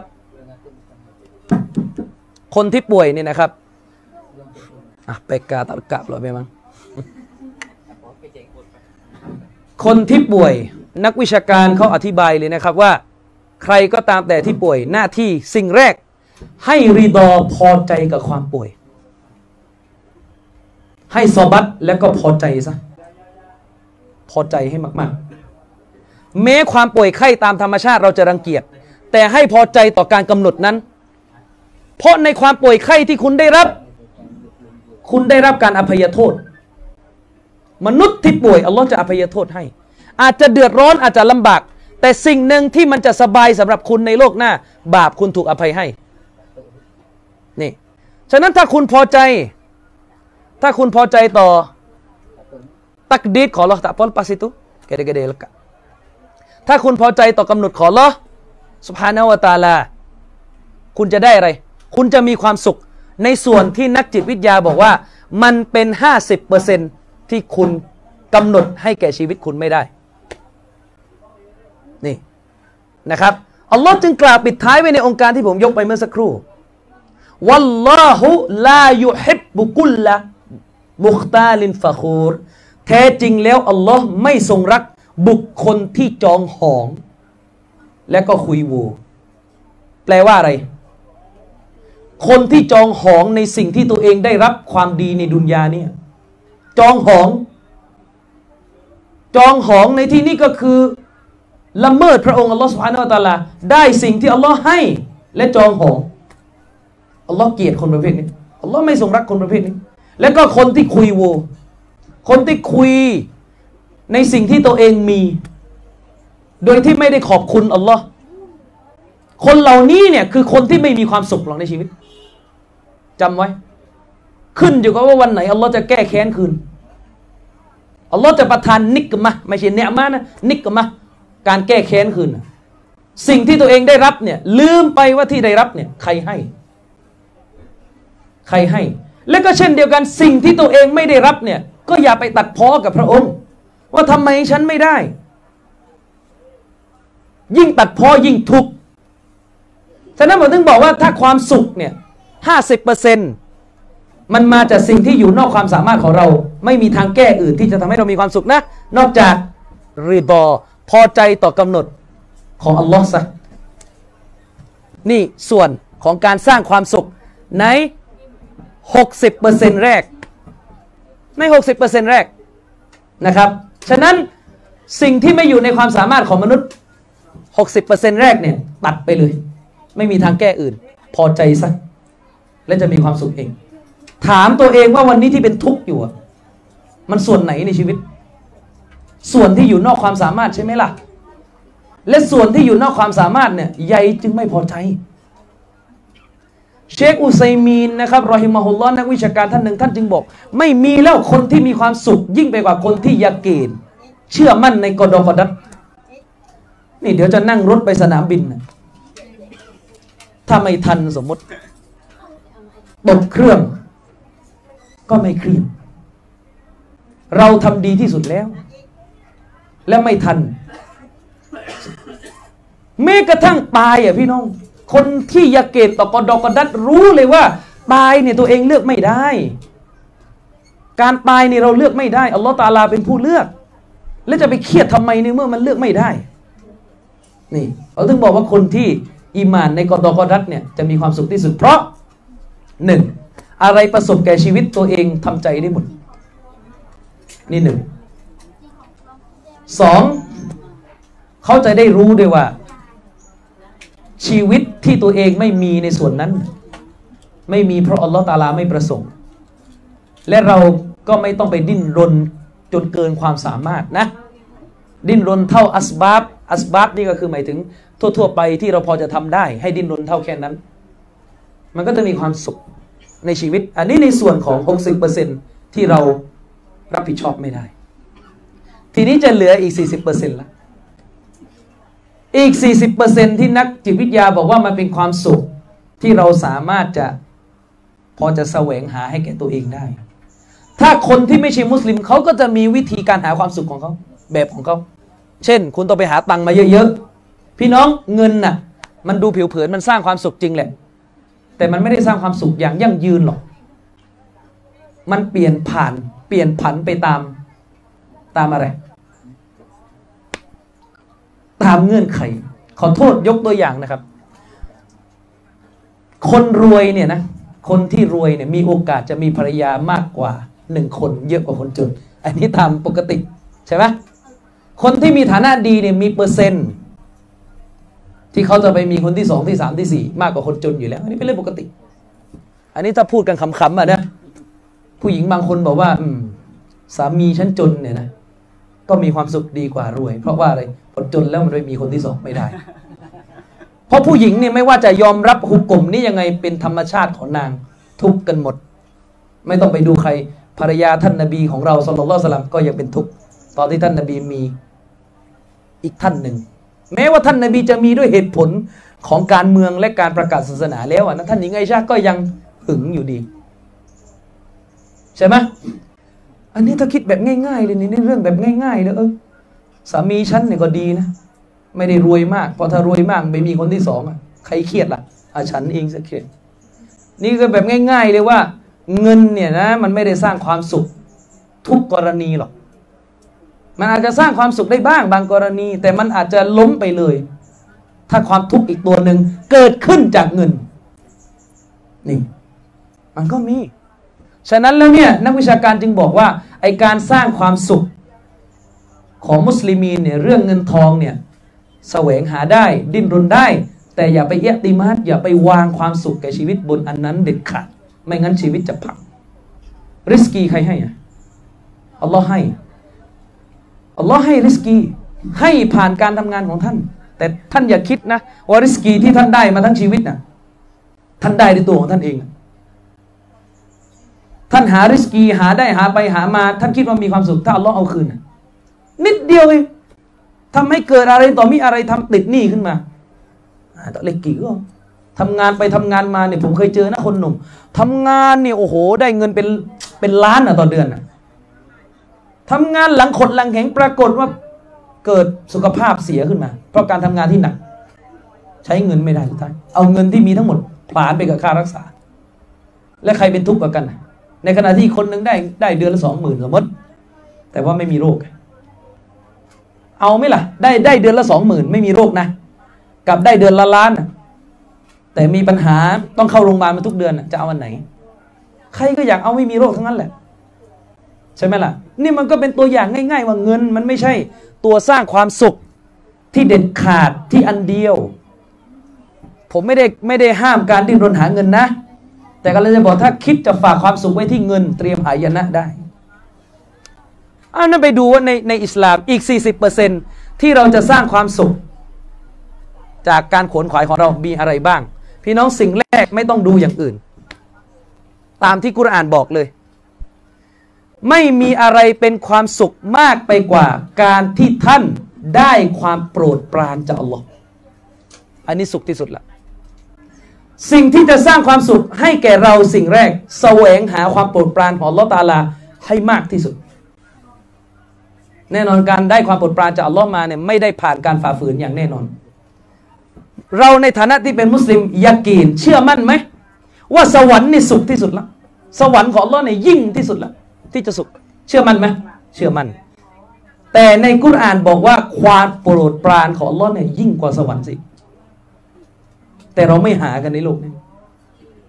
คนที่ป่วยเนี่ยนะครับอ่ะไปกาตะกะปล่อยไปมั้งคนที่ป่วยนักวิชาการเขาอธิบายเลยนะครับว่าใครก็ตามแต่ที่ป่วยหน้าที่สิ่งแรกให้ริดอพอใจกับความป่วยให้ซอบัตแล้วก็พอใจซะพอใจให้มากๆแม้ความป่วยไข้ตามธรรมชาติเราจะรังเกียจแต่ให้พอใจต่อการกำหนดนั้นเพราะในความป่วยไข้ที่คุณได้รับคุณได้รับการอภัยโทษมนุษย์ที่ป่วยอัลลอฮ์จะอภัยโทษให้อาจจะเดือดร้อนอาจจะลำบากแต่สิ่งหนึ่งที่มันจะสบายสำหรับคุณในโลกหน้าบาปคุณถูกอภัยให้นี่ฉะนั้นถ้าคุณพอใจถ้าคุณพอใจต่อตักดีดขออัลลอฮ์ตะปอลปัสitu gede-gede lekaถ้าคุณพอใจต่อกำหนดของอัลลอฮ์ซุบฮานะฮูวะตะอาลาคุณจะได้อะไรคุณจะมีความสุขในส่วนที่นักจิตวิทยาบอกว่ามันเป็น ห้าสิบเปอร์เซ็นต์ ที่คุณกำหนดให้แก่ชีวิตคุณไม่ได้นี่นะครับอัลลอฮ์จึงกล่าวปิดท้ายไว้ในองค์การที่ผมยกไปเมื่อสักครู่วัลลอฮุลายุฮิบบุกุลละมุคตาลินฟะคูรแท้จริงแล้วอัลลอฮ์ไม่ทรงรักบุคคลที่จองหองและก็คุยโวแปลว่าอะไรคนที่จองหองในสิ่งที่ตัวเองได้รับความดีในดุนยาเนี่ยจองหองจองหองในที่นี้ก็คือละเมิดพระองค์อัลลอฮฺซุบฮานะฮูวะตะอาลาได้สิ่งที่อัลลอฮ์ให้และจองหองอัลลอฮ์เกลียดคนประเภทนี้อัลลอฮ์ไม่ทรงรักคนประเภทนี้และก็คนที่คุยโวคนที่คุยในสิ่งที่ตัวเองมีโดยที่ไม่ได้ขอบคุณอัลลอฮ์คนเหล่านี้เนี่ยคือคนที่ไม่มีความสุขหรอกในชีวิตจำไว้ขึ้นอยู่กับว่าวันไหนอัลลอฮ์จะแก้แค้นคืนอัลลอฮ์จะประทานนิกมะไม่ใช่เนะมานะนิกมะการแก้แค้นคืนสิ่งที่ตัวเองได้รับเนี่ยลืมไปว่าที่ได้รับเนี่ยใครให้ใครให้และก็เช่นเดียวกันสิ่งที่ตัวเองไม่ได้รับเนี่ยก็อย่าไปตัดพ้อกับพระองค์ว่าทำไมฉันไม่ได้ยิ่งตัดพ้อยิ่งทุกข์ฉะนั้นผมถึงบอกว่าถ้าความสุขเนี่ยห้าสิบเปอร์เซ็นต์มันมาจากสิ่งที่อยู่นอกความสามารถของเราไม่มีทางแก้อื่นที่จะทำให้เรามีความสุขนะนอกจากริดอพอใจต่อกำหนดของอัลลอฮ์ซะนี่ส่วนของการสร้างความสุขใน หกสิบเปอร์เซ็นต์ แรกใน หกสิบเปอร์เซ็นต์ แรกนะครับฉะนั้นสิ่งที่ไม่อยู่ในความสามารถของมนุษย์ หกสิบเปอร์เซ็นต์ แรกเนี่ยตัดไปเลยไม่มีทางแก้อื่นพอใจซะและจะมีความสุขเองถามตัวเองว่าวันนี้ที่เป็นทุกข์อยู่มันส่วนไหนในชีวิตส่วนที่อยู่นอกความสามารถใช่ไหมล่ะและส่วนที่อยู่นอกความสามารถเนี่ยใหญ่จึงไม่พอใจเชคอุซัยมีนนะครับรอฮิมะฮุลลอฮ์นักวิชาการท่านหนึ่งท่านจึงบอกไม่มีแล้วคนที่มีความสุขยิ่งไปกว่าคนที่ยาเกนเชื่อมั่นในกอดอกอดัตนี่เดี๋ยวจะนั่งรถไปสนามบินถ้าไม่ทันสมมติตกเครื่องก็ไม่เครียดเราทำดีที่สุดแล้วและไม่ทันแม้กระทั่งตายอ่ะพี่น้องคนที่ยาเกตต่อกอดอกอดัตรู้เลยว่าตายเนี่ยตัวเองเลือกไม่ได้การตายเนี่ยเราเลือกไม่ได้อัลลอฮฺตะอาลาเป็นผู้เลือกแล้วจะไปเครียดทำไมในเมื่อมันเลือกไม่ได้นี่เราถึงบอกว่าคนที่อีหม่านในกอดอกอดัตเนี่ยจะมีความสุขที่สุดเพราะหนึ่งอะไรประสบแก่ชีวิตตัวเองทำใจได้หมดนี่หนึ่งสองเขาจะได้รู้ด้วยว่าชีวิตที่ตัวเองไม่มีในส่วนนั้นไม่มีเพราะอัลลอฮฺตะอาลาไม่ประสงค์และเราก็ไม่ต้องไปดิ้นรนจนเกินความสามารถนะดิ้นรนเท่าอัสบาบอัสบาบนี่ก็คือหมายถึงทั่วๆไปที่เราพอจะทำได้ให้ดิ้นรนเท่าแค่นั้นมันก็จะมีความสุขในชีวิตอันนี้ในส่วนของ หกสิบเปอร์เซ็นต์ ที่เรารับผิดชอบไม่ได้ทีนี้จะเหลืออีก สี่สิบเปอร์เซ็นต์ ละอีก สี่สิบเปอร์เซ็นต์ ที่นักจิตวิทยาบอกว่ามันเป็นความสุขที่เราสามารถจะพอจะแสวงหาให้แก่ตัวเองได้ถ้าคนที่ไม่ใช่มุสลิมเขาก็จะมีวิธีการหาความสุขของเขาแบบของเขาเช่นคุณต้องไปหาตังค์มาเยอะๆพี่น้องเงินน่ะมันดูผิวเผินมันสร้างความสุขจริงแหละแต่มันไม่ได้สร้างความสุขอย่างยั่งยืนหรอกมันเปลี่ยนผ่านเปลี่ยนผันไปตามตามอะไรตามเงื่อนไขขอโทษยกตัวอย่างนะครับคนรวยเนี่ยนะคนที่รวยเนี่ยมีโอกาสจะมีภรรยามากกว่าหนึ่งคนเยอะกว่าคนจนอันนี้ตามปกติใช่ไหมคนที่มีฐานะดีเนี่ยมีเปอร์เซ็นต์ที่เขาจะไปมีคนที่สองที่สามที่สี่มากกว่าคนจนอยู่แล้วอันนี้เป็นเรื่องปกติอันนี้ถ้าพูดกันขำๆอ่ะนะผู้หญิงบางคนบอกว่าอืมสามีฉันจนเนี่ยนะก็มีความสุขดีกว่ารวยเพราะว่าอะไรคนจนแล้วมันไม่มีคนที่สองไม่ได้เพราะผู้หญิงเนี่ยไม่ว่าจะยอมรับหุกกลมนี่ยังไงเป็นธรรมชาติของนางทุกข์กันหมดไม่ต้องไปดูใครภรรยาท่านนบีของเราศ็อลลัลลอฮุอะลัยฮิวะซัลลัมก็ยังเป็นทุกข์ตอนที่ท่านนบีมีอีกท่านหนึ่งแม้ว่าท่านนบีจะมีด้วยเหตุผลของการเมืองและการประกาศศาสนาแล้วนะท่านหญิงไอชาก็ยังหึงอยู่ดีใช่ไหมอันนี้ถ้าคิดแบบง่ายๆเลยนี่เรื่องแบบง่ายๆเลยเออสามีฉันเนี่ยก็ดีนะไม่ได้รวยมากเพราะถ้ารวยมากไม่มีคนที่สองอ่ะใครเครียดล่ะอาฉันเองสักเครียดนี่ก็แบบง่ายๆเลยว่าเงินเนี่ยนะมันไม่ได้สร้างความสุขทุกกรณีหรอกมันอาจจะสร้างความสุขได้บ้างบางกรณีแต่มันอาจจะล้มไปเลยถ้าความทุกข์อีกตัวหนึ่งเกิดขึ้นจากเงินนี่มันก็มีฉะนั้นแล้วเนี่ยนักวิชาการจึงบอกว่าไอการสร้างความสุขของมุสลิมีนเนี่ยเรื่องเงินทองเนี่ยแสวงหาได้ดิ้นรนได้แต่อย่าไปเอะติมาดอย่าไปวางความสุขแก่ชีวิตบนอันนั้นเด็ดขาดไม่งั้นชีวิตจะพังริสกีใครให้อ่ะอัลลอฮ์ให้อัลลอฮ์ให้ริสกีให้ผ่านการทำงานของท่านแต่ท่านอย่าคิดนะว่าริสกีที่ท่านได้มาทั้งชีวิตนะท่านได้ด้วยตัวของท่านเองท่านหาริสกีหาได้หาไปหามาท่านคิดว่ามีความสุขถ้าอัลลอฮ์เอาคืนนิดเดียวเองทำให้เกิดอะไรต่อมีอะไรทำติดหนี้ขึ้นมาต่อเล็กกี่ก็ทำงานไปทำงานมาเนี่ยผมเคยเจอนะคนหนุ่มทำงานเนี่ยโอ้โหได้เงินเป็นเป็นล้านอ่ะต่อเดือนอ่ะทำงานหลังขดหลังแข็งปรากฏว่าเกิดสุขภาพเสียขึ้นมาเพราะการทำงานที่หนักใช้เงินไม่ได้ทุกท่านเอาเงินที่มีทั้งหมดผลาญไปกับค่ารักษาและใครเป็นทุกข์กว่ากันในขณะที่คนหนึ่งได้ได้เดือนละสองหมื่นสมมติแต่ว่าไม่มีโรคเอาไหมล่ะได้ได้เดือนละสองหมื่นไม่มีโรคนะกับได้เดือนละล้านแต่มีปัญหาต้องเข้าโรงพยาบาลมาทุกเดือนจะเอาอันไหนใครก็อยากเอาไม่มีโรคทั้งนั้นแหละใช่ไหมล่ะนี่มันก็เป็นตัวอย่างง่ายๆว่าเงินมันไม่ใช่ตัวสร้างความสุขที่เด็ดขาดที่อันเดียวผมไม่ได้ไม่ได้ห้ามการดิ้นรนหาเงินนะแต่ก็เลยจะบอกถ้าคิดจะฝากความสุขไว้ที่เงินเตรียมหายนะได้เอานั่นไปดูว่าในในอิสลามอีก สี่สิบเปอร์เซ็นต์ ที่เราจะสร้างความสุขจากการขวนขวายของเรามีอะไรบ้างพี่น้องสิ่งแรกไม่ต้องดูอย่างอื่นตามที่กุรอานบอกเลยไม่มีอะไรเป็นความสุขมากไปกว่าการที่ท่านได้ความโปรดปรานจากอัลลอฮ์อันนี้สุขที่สุดละสิ่งที่จะสร้างความสุขให้แก่เราสิ่งแรกแสวงหาความโปรดปรานของอัลลอฮ์ตะอาลาให้มากที่สุดแน่นอนการได้ความโปรดปรานจากอัลลอฮ์มาเนี่ยไม่ได้ผ่านการฝ่าฝืนอย่างแน่นอนเราในฐานะที่เป็นมุสลิมยะกีนเชื่อมั่นไหมว่าสวรรค์นี่สุขที่สุดละสวรรค์ของอัลลอฮ์เนี่ยยิ่งที่สุดละที่จะสุขเชื่อมั่นไหมเชื่อมั่นแต่ในกุรอานบอกว่าความโปรดปรานของอัลลอฮ์เนี่ยยิ่งกว่าสวรรค์สิแต่เราไม่หากันในโลกนี้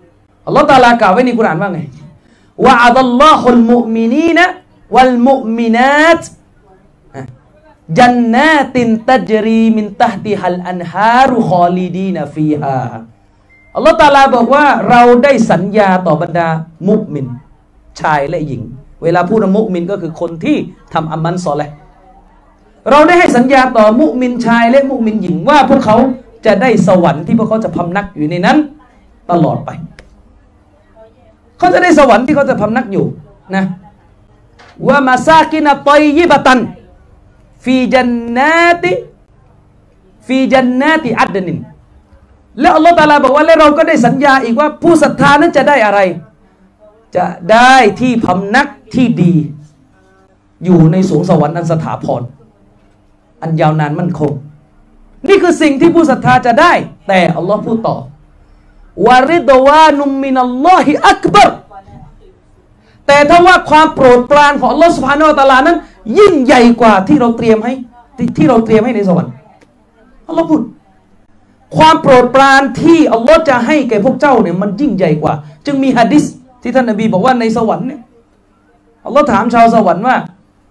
อัลลอฮฺตะอาลากล่าวไว้ในกุรอานว่าไงวะอะดัลลอฮุลมุมินีนะวัลมุมินาตจันนาตินตัจรีมินตัฮติฮัลอันฮารุคอลิดีนฟีฮาอัลลอฮฺตะอาลาบอกว่าเราได้สัญญาต่อบรรดามุมินชายและหญิงเวลาพูดว่ามุมินก็คือคนที่ทำอามัลซอลิห์เราได้ให้สัญญาต่อมุมินชายและมุมินหญิงว่าพวกเขาจะได้สวรรค์ที่พวกเขาจะพำนักอยู่ในนั้นตลอดไปเขาจะได้สวรรค์ที่เขาจะพำนักอยู่นะว่ามาซากินะตอยยิบะตันฟีจันนาติฟีจันนาติอัดนินแล้วอัลลอฮฺตะอาลาบอกว่าและเราก็ได้สัญญาอีกว่าผู้ศรัทธานั้นจะได้อะไรจะได้ที่พำนักที่ดีอยู่ในสวงสวรรค์อันสถาพรอันยาวนานมั่นคงนี่คือสิ่งที่ผู้ศรัทธาจะได้แต่อัลลอฮ์พูดต่อวาริดวานุมมินัลลอฮิอักบัรแต่ถ้าว่าความโปรดปรานของอัลลอฮ์ซุบฮานะฮูวะตะอาลานั้นยิ่งใหญ่กว่าที่เราเตรียมให้ที่เราเตรียมให้ในสวรรค์อัลลอฮ์พูดความโปรดปรานที่อัลลอฮ์จะให้แก่พวกเจ้าเนี่ยมันยิ่งใหญ่กว่าจึงมีหะดีษที่ท่านนบีบอกว่าในสวรรค์เนี่ยอัลลอฮ์ถามชาวสวรรค์ว่า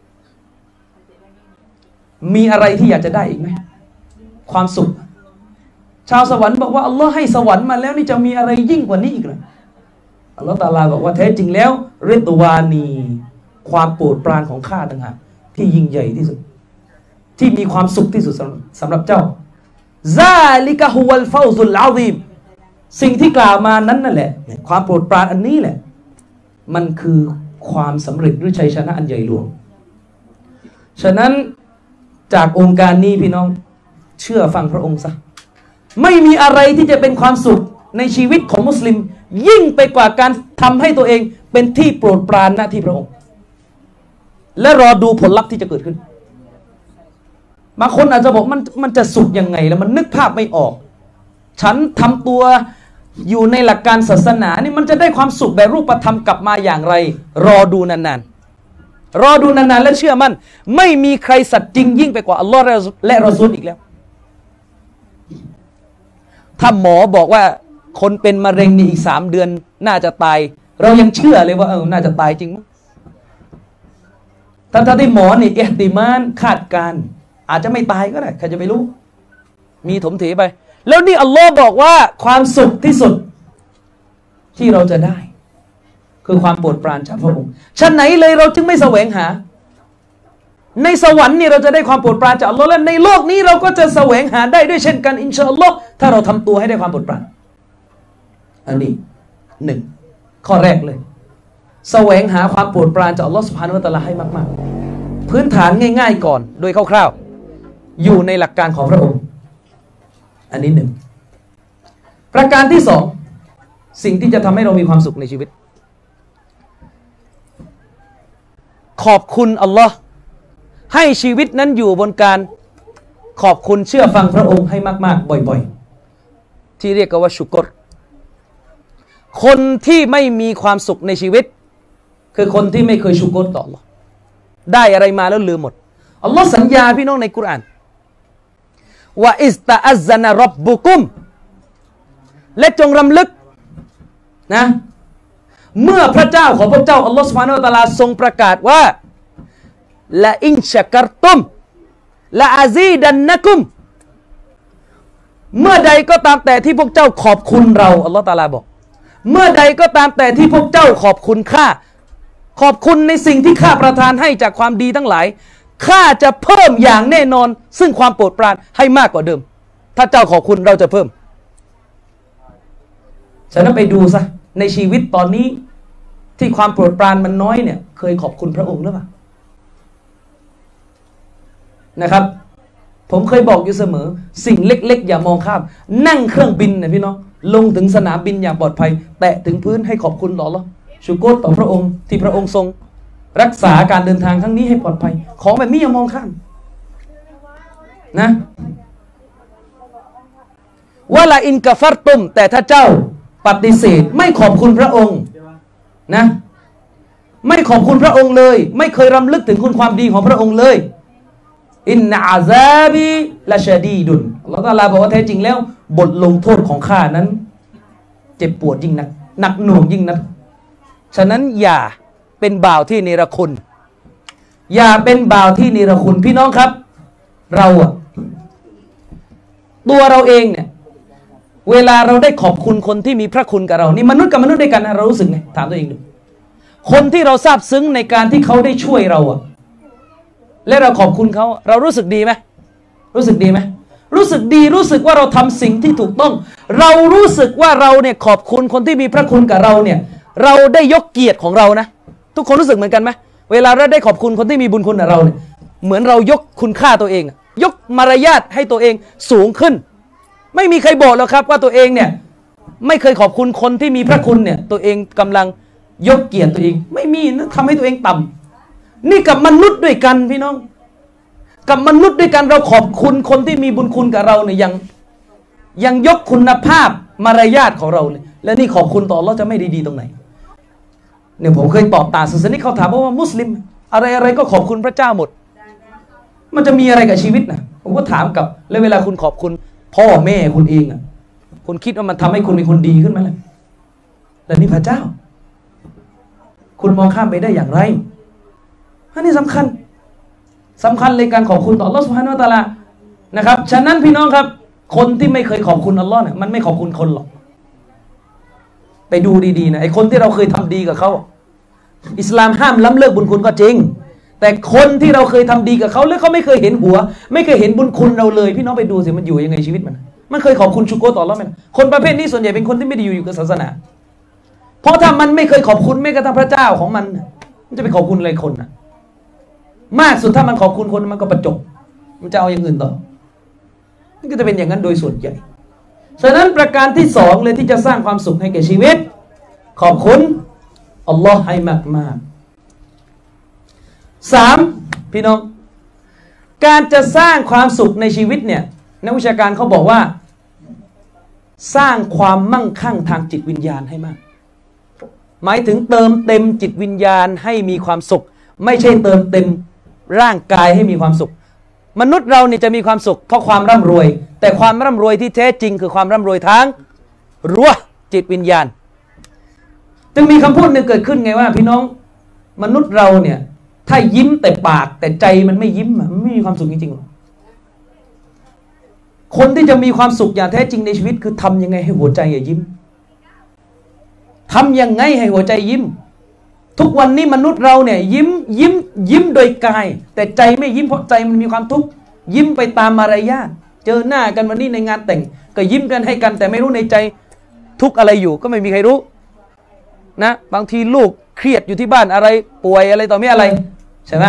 มีอะไรที่อยากจะได้อีกไหมความสุขชาวสวรรค์บอกว่าอัลลอฮ์ให้สวรรค์มาแล้วนี่จะมีอะไรยิ่งกว่านี้อีกเหรออัลลอฮ์ตะอาลาบอกว่าแท้จริงแล้วริดวานีความโปรดปรานของข้าต่างหากที่ยิ่งใหญ่ที่สุดที่มีความสุขที่สุดสำหรับเจ้าซาลิกะฮุวัลฟาวซุลอาซีมสิ่งที่กล่าวมานั้นนั่นแหละความโปรดปรานอันนี้แหละมันคือความสำเร็จหรือชัยชนะอันใหญ่หลวงฉะนั้นจากองค์การนี้พี่น้องเชื่อฟังพระองค์ซะไม่มีอะไรที่จะเป็นความสุขในชีวิตของมุสลิมยิ่งไปกว่าการทำให้ตัวเองเป็นที่โปรดปรานหน้าที่พระองค์และรอดูผลลัพธ์ที่จะเกิดขึ้นบางคนอาจจะบอกมันมันจะสุขยังไงแล้วมันนึกภาพไม่ออกฉันทำตัวอยู่ในหลักการศาสนานี่มันจะได้ความสุขแบบรูปธรรมกลับมาอย่างไรรอดูนานๆรอดูนานๆและเชื่อมั่นไม่มีใครสัตย์จริงยิ่งไปกว่าอัลลอฮ์และรอซูลอีกแล้วถ้าหมอบอกว่าคนเป็นมะเร็งนี่อีกสามเดือนน่าจะตายเรายังเชื่อเลยว่าเออน่าจะตายจริงมั้งถ้าถ้าที่หมอนี่เอติมานคาดการอาจจะไม่ตายก็ได้ใครจะไปรู้มีถมถีไปแล้วนี่อัลลอฮ์บอกว่าความสุขที่สุดที่เราจะได้คือความโปรดปรานจากพระองค์ฉะไหนเลยเราจึงไม่แสวงหาในสวรรค์นี่เราจะได้ความโปรดปรานจากอัลลอฮ์และในโลกนี้เราก็จะแสวงหาได้ด้วยเช่นกันอินชาอัลลอฮ์ถ้าเราทำตัวให้ได้ความโปรดปรานอันนี้หนึ่งข้อแรกเลยแสวงหาความโปรดปรานจากอัลลอฮ์ซุบฮานะฮูวะตะอาลาให้มากๆพื้นฐานง่ายๆก่อนโดยคร่าวๆอยู่ในหลักการของพระองค์อันนี้หนึ่งประการที่สองสิ่งที่จะทำให้เรามีความสุขในชีวิตขอบคุณอัลลอฮ์ให้ชีวิตนั้นอยู่บนการขอบคุณเชื่อฟังพระองค์ให้มากๆบ่อยๆที่เรียกกันว่าชุกรคนที่ไม่มีความสุขในชีวิตคือคนที่ไม่เคยชุกรต่ออัลลอฮ์ได้อะไรมาแล้วลืมหมดอัลลอฮ์สัญญาพี่น้องในกุรอานว่าอิสตาอัซซะนะร็อบบุกุมและจงรำลึกนะเมื่อพระเจ้าของพวกเจ้าอัลลอฮ์ซุบฮานะฮูวะตะอาลาทรงประกาศว่าละอินชะกัรตุมละอาซีดันนะกุมเมื่อใดก็ตามแต่ที่พวกเจ้าขอบคุณเราอัลลอฮ์ตะอาลาบอกเมื่อใดก็ตามแต่ที่พวกเจ้าขอบคุณข้าขอบคุณในสิ่งที่ข้าประทานให้จากความดีทั้งหลายข้าจะเพิ่มอย่างแน่นอนซึ่งความโปรดปรานให้มากกว่าเดิมถ้าเจ้าขอบคุณเราจะเพิ่มฉะนั้นไปดูซะในชีวิตตอนนี้ที่ความโปรดปรานมันน้อยเนี่ยเคยขอบคุณพระองค์หรือเปล่านะครับผมเคยบอกอยู่เสมอสิ่งเล็กๆอย่ามองข้ามนั่งเครื่องบินนะพี่น้องลงถึงสนามบินอย่างปลอดภัยแตะถึงพื้นให้ขอบคุณต่ออัลเลาะห์ชุกรต่อพระองค์ที่พระองค์ทรงรักษาการเดินทางครั้งนี้ให้ปลอดภัยของแบบนี้อย่ามองข้ามนะวะลาอินกะฟัรตุมแต่ถ้าเจ้าปฏิเสธไม่ขอบคุณพระองค์นะไม่ขอบคุณพระองค์เลยไม่เคยรำลึกถึงคุณความดีของพระองค์เลยอินนะอาซาบีละชะดีดุนอัลเลาะห์ตะอาลาบอกว่าแท้จริงแล้วบทลงโทษของข้านั้นเจ็บปวดยิ่งนักหนักหน่วงยิ่งนักฉะนั้นอย่าเป็นบ่าวที่เนรคุณอย่าเป็นบ่าวที่เนรคุณพี่น้องครับเราอะตัวเราเองเนี่ยเวลาเราได้ขอบคุณคนที่มีพระคุณกับเรานี่มนุษย์กับมนุษย์ด้วยกันนะเรารู้สึกไงถามตัวเองดูคนที่เราซาบซึ้งในการที่เขาได้ช่วยเราอะและเราขอบคุณเขาเรารู้สึกดีไหมรู้สึกดีไหมรู้สึกดีรู้สึกว่าเราทำสิ่งที่ถูกต้องเรารู้สึกว่าเราเนี่ยขอบคุณคนที่มีพระคุณกับเราเนี่ยเราได้ยกเกียรติของเรานะทุกคนรู้สึกเหมือนกันไหมเวลาเราได้ขอบคุณคนที่มีบุญคุณกับเราเนี่ยเหมือนเรายกคุณค่าตัวเองยกมารยาทให้ตัวเองสูงขึ้นไม่มีใครบอกแล้วครับว่าตัวเองเนี่ยไม่เคยขอบคุณคนที่มีพระคุณเนี่ยตัวเองกำลังยกเกียรติตัวเองไม่มีนะทำให้ตัวเองต่ำนี่กับมนุษย์ด้วยกันพี่น้องกับมนุษย์ด้วยกันเราขอบคุณคนที่มีบุญคุณกับเราเนี่ยยังยังยกคุณภาพมารยาทของเราเลยและนี่ขอบคุณต่ออัลเลาะห์จะไม่ดีๆตรงไหนเนี่ยผมเคยตอบตาศาสนิกเขาถามว่ามุสลิมอะไรอะไรก็ขอบคุณพระเจ้าหมดมันจะมีอะไรกับชีวิตนะผมก็ถามกับแล้วเวลาคุณขอบคุณพ่อแม่คุณเองอ่ะคุณคิดว่ามันทำให้คุณเป็นคนดีขึ้นไหมล่ะและนี่พระเจ้าคุณมองข้ามไปได้อย่างไรอันนี้สำคัญสำคัญเลยการขอบคุณต่ออัลเลาะห์ซุบฮานะฮูวะตะอาลานะครับฉะนั้นพี่น้องครับคนที่ไม่เคยขอบคุณอัลเลาะห์เนี่ยมันไม่ขอบคุณคนหรอกไปดูดีๆนะไอ้คนที่เราเคยทำดีกับเขาอิสลามห้ามล้ำเลิกบุญคุณก็จริงแต่คนที่เราเคยทำดีกับเขาแล้วเขาไม่เคยเห็นหัวไม่เคยเห็นบุญคุณเราเลยพี่น้องไปดูสิมันอยู่ยังไงชีวิตมันมันเคยขอบคุณชุกโกต่ออัลเลาะห์ไหมคนประเภทนี้ส่วนใหญ่เป็นคนที่ไม่ได้อยู่อยู่กับศาสนาเพราะถ้ามันไม่เคยขอบคุณแม้กระทั่งพระเจ้าของมันมันจะไปขอบคุณอะไรคนนะมากสุดถ้ามันขอบคุณคนมันก็ประจบมันจะเอาอย่างอื่นต่อมันก็จะเป็นอย่างนั้นโดยส่วนใหญ่ฉะนั้นประการที่สองเลยที่จะสร้างความสุขให้แก่ชีวิตขอบคุณอัลลอฮ์ให้มากมากสามพี่น้องการจะสร้างความสุขในชีวิตเนี่ยนักวิชาการเขาบอกว่าสร้างความมั่งคั่งทางจิตวิญญาณให้มากหมายถึงเติมเต็มจิตวิญญาณให้มีความสุขไม่ใช่เติมเต็มร่างกายให้มีความสุขมนุษย์เราเนี่ยจะมีความสุขเพราะความร่ำรวยแต่ความร่ำรวยที่แท้จริงคือความร่ำรวยทางรั้วจิตวิญญาณจึงมีคำพูดหนึ่งเกิดขึ้นไงว่าพี่น้องมนุษย์เราเนี่ยถ้ายิ้มแต่ปากแต่ใจมันไม่ยิ้มมันไม่มีความสุขจริงๆคนที่จะมีความสุขอย่างแท้จริงในชีวิตคือทำยังไงให้หัวใจอย่ายิ้มทำยังไงให้หัวใจยิ้มทุกวันนี้มนุษย์เราเนี่ยยิ้มยิ้มยิ้มโดยกายแต่ใจไม่ยิ้มเพราะใจมันมีความทุกข์ยิ้มไปตามมารยาทเจอหน้ากันวันนี้ในงานแต่งก็ยิ้มกันให้กันแต่ไม่รู้ในใจทุกข์อะไรอยู่ก็ไม่มีใครรู้นะบางทีลูกเครียดอยู่ที่บ้านอะไรป่วยอะไรต่อไม่อะไรใช่ไหม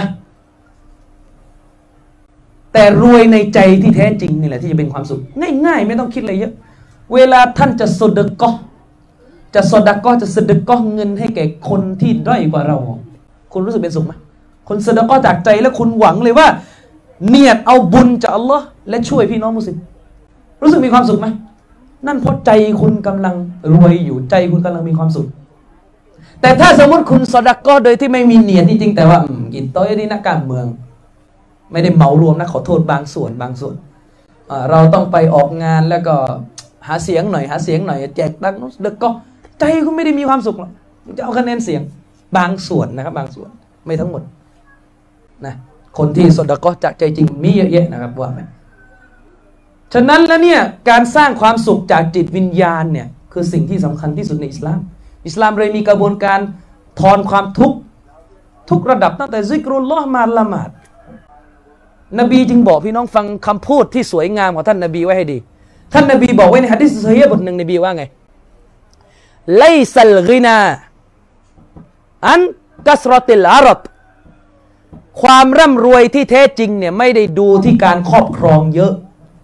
แต่รวยในใจที่แท้จริงนี่แหละที่จะเป็นความสุขง่ายๆไม่ต้องคิดอะไรเยอะเวลาท่านจะสดกอจะสดกอจะสดกอเงินให้แก่คนที่ด้อยกว่าเราคุณรู้สึกเป็นสุขไหมคนสดกอจากใจแล้วคุณหวังเลยว่าเนียดเอาบุญจากอัลลอฮ์และช่วยพี่น้องมุสลิมรู้สึกมีความสุขไหมนั่นเพราะใจคุณกำลังรวยอยู่ใจคุณกำลังมีความสุขแต่ถ้าสมมติคุณสดกอโดยที่ไม่มีเนียดจริงๆแต่ว่ากินโต๊ะนี่นักการเมืองไม่ได้เหมารวมนะขอโทษบางส่วนบางส่วนเราต้องไปออกงานแล้วก็หาเสียงหน่อยหาเสียงหน่อยแจกตังค์เด็กก็ใจคุณไม่ได้มีความสุขหรอกจะเอาคะแนนเสียงบางส่วนนะครับบางส่วนไม่ทั้งหมดนะคนที่สดกอจากใจจริงมีเยอะแยะนะครับว่าไหมฉะนั้นแล้วเนี่ยการสร้างความสุขจากจิตวิญญาณเนี่ยคือสิ่งที่สำคัญที่สุดในอิสลามอิสลามเลยมีกระบวนการถอนความทุกข์ทุกระดับตั้งแต่ซิกรุลลอฮ์มาละหมาดนบีจึงบอกพี่น้องฟังคำพูดที่สวยงามของท่านนบีไว้ให้ดีท่านนบีบอกไว้ในหะดีษซอฮีฮ์บทหนึ่งนบีว่าไงไลซัลกินาอันกัสรติลอารับความร่ำรวยที่แท้จริงเนี่ยไม่ได้ดูที่การครอบครองเยอะ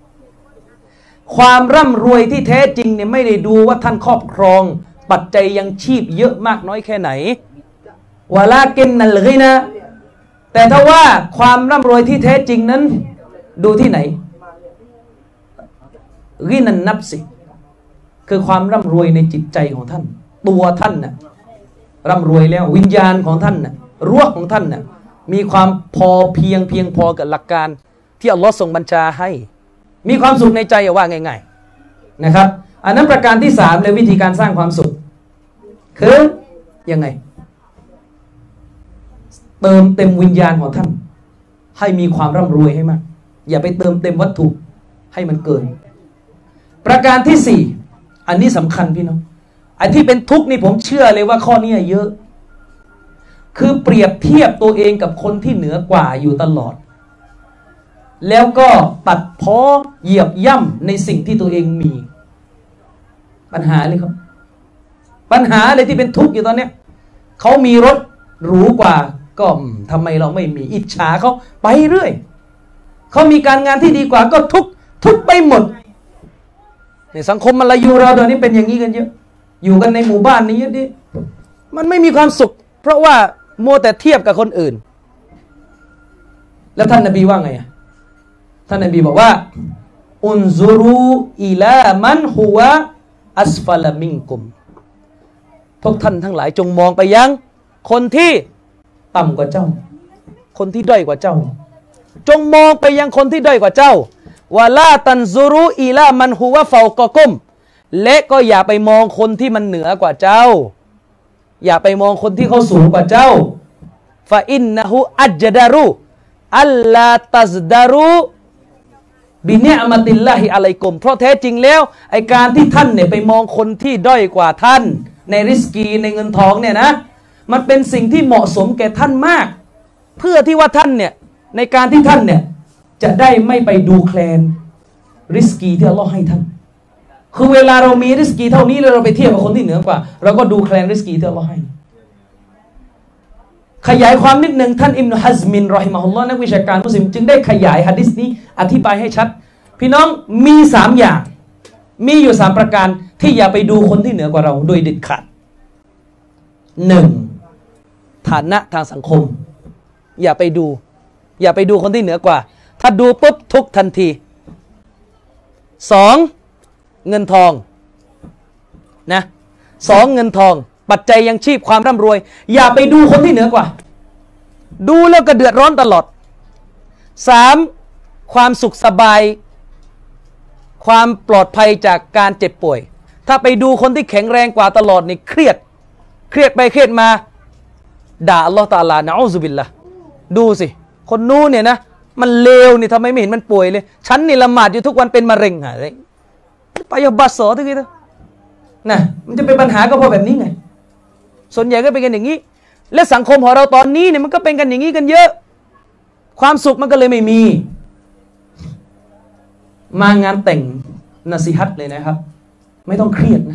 ความร่ำรวยที่แท้จริงเนี่ยไม่ได้ดูว่าท่านครอบครองปัจจัยยังชีพเยอะมากน้อยแค่ไหนวะลากินนัลกินาแต่ถ้าว่าความร่ำรวยที่แท้จริงนั้นดูที่ไหนกินันนับสิคือความร่ำรวยในจิตใจของท่านตัวท่านน่ะร่ำรวยแล้ววิญญาณของท่านน่ะรั้วของท่านน่ะมีความพอเพียงเพียงพอกับหลักการที่อัลลอฮ์ทรงบัญชาให้มีความสุขในใจว่าง่ายๆนะครับอันนั้นประการที่สามเลยวิธีการสร้างความสุขคือยังไงเติมเต็มวิญญาณของท่านให้มีความร่ำรวยให้มากอย่าไปเติมเต็มวัตถุให้มันเกินประการที่สี่อันนี้สำคัญพี่น้องไอ้ที่เป็นทุกข์นี่ผมเชื่อเลยว่าข้อนี้เยอะคือเปรียบเทียบตัวเองกับคนที่เหนือกว่าอยู่ตลอดแล้วก็ตัดพ้อเหยียบย่ำในสิ่งที่ตัวเองมีปัญหาเลยครับปัญหาเลยที่เป็นทุกข์อยู่ตอนนี้เขามีรถหรูกว่าก็ทำไมเราไม่มีอิจฉาเขาไปเรื่อยเขามีการงานที่ดีกว่าก็ทุกทุกไปหมดในสังคมมาลายูเราตอนนี้เป็นอย่างนี้กันเยอะอยู่กันในหมู่บ้านนี้เยอะดิมันไม่มีความสุขเพราะว่ามัวแต่เทียบกับคนอื่นแล้วท่านนบีว่าไงอ่ะท่านนบีบอกว่าอุนซูรูอิลามันฮุวะอัสฟัลมิงกุมพวกท่านทั้งหลายจงมองไปยังคนที่ต่ำกว่าเจ้าคนที่ด้อยกว่าเจ้าจงมองไปยังคนที่ด้อยกว่าเจ้าวะลาตันซูรูอีลามันฮุวะฟาวกะกุมและก็อย่าไปมองคนที่มันเหนือกว่าเจ้าอย่าไปมองคนที่เขาสูงกว่าเจ้าฟาอินนะฮูอัจดารุอัลลาตัซดารุบิเนอ์มะติลลาฮิอะลัยกุมเพราะแท้จริงแล้วไอการที่ท่านเนี่ยไปมองคนที่ด้อยกว่าท่านในริสกีในเงินทองเนี่ยนะมันเป็นสิ่งที่เหมาะสมแก่ท่านมากเพื่อที่ว่าท่านเนี่ยในการที่ท่านเนี่ยจะได้ไม่ไปดูแคลนริสกีที่อัลลอฮ์ให้ท่านคือเวลาเรามีริสกีเท่านี้แล้วเราไปเทียบกับคนที่เหนือกว่าเราก็ดูแคลนริสกีที่อัลลอฮ์ให้ขยายความนิดหนึ่งท่านอิบนุฮัซมินรอฮิมะฮุลลอฮ์นักวิชาการมุสลิมจึงได้ขยายหะดีษนี้อธิบายให้ชัดพี่น้องมีสามอย่างมีอยู่สามประการที่อย่าไปดูคนที่เหนือกว่าเราโดยเด็ดขาดหนึ่งฐานะทางสังคมอย่าไปดูอย่าไปดูคนที่เหนือกว่าถ้าดูปุ๊บทุกทันทีสองเงินทองนะสองเงินทองปัจจัยยังชีพความร่ำรวยอย่าไปดูคนที่เหนือกว่าดูแล้วก็เดือดร้อนตลอดสามความสุขสบายความปลอดภัยจากการเจ็บป่วยถ้าไปดูคนที่แข็งแรงกว่าตลอดนี่เครียดเครียดไปเครียดมาด่าอัลลอฮฺตะอาลานะอูซุบิลละดูสิคนนู้นเนี่ยนะมันเลวนี่ทำไมไม่เห็นมันป่วยเลยฉันนี่ละหมาดอยู่ทุกวันเป็นมะเร็งอะไรไปยาบัสโซทุกทีนะนะมันจะเป็นปัญหาก็เพราะแบบนี้ไงส่วนใหญ่ก็เป็นกันอย่างนี้และสังคมของเราตอนนี้เนี่ยมันก็เป็นกันอย่างนี้กันเยอะความสุขมันก็เลยไม่มีมางานแต่งนะซีฮัตเลยนะครับไม่ต้องเครียดนะ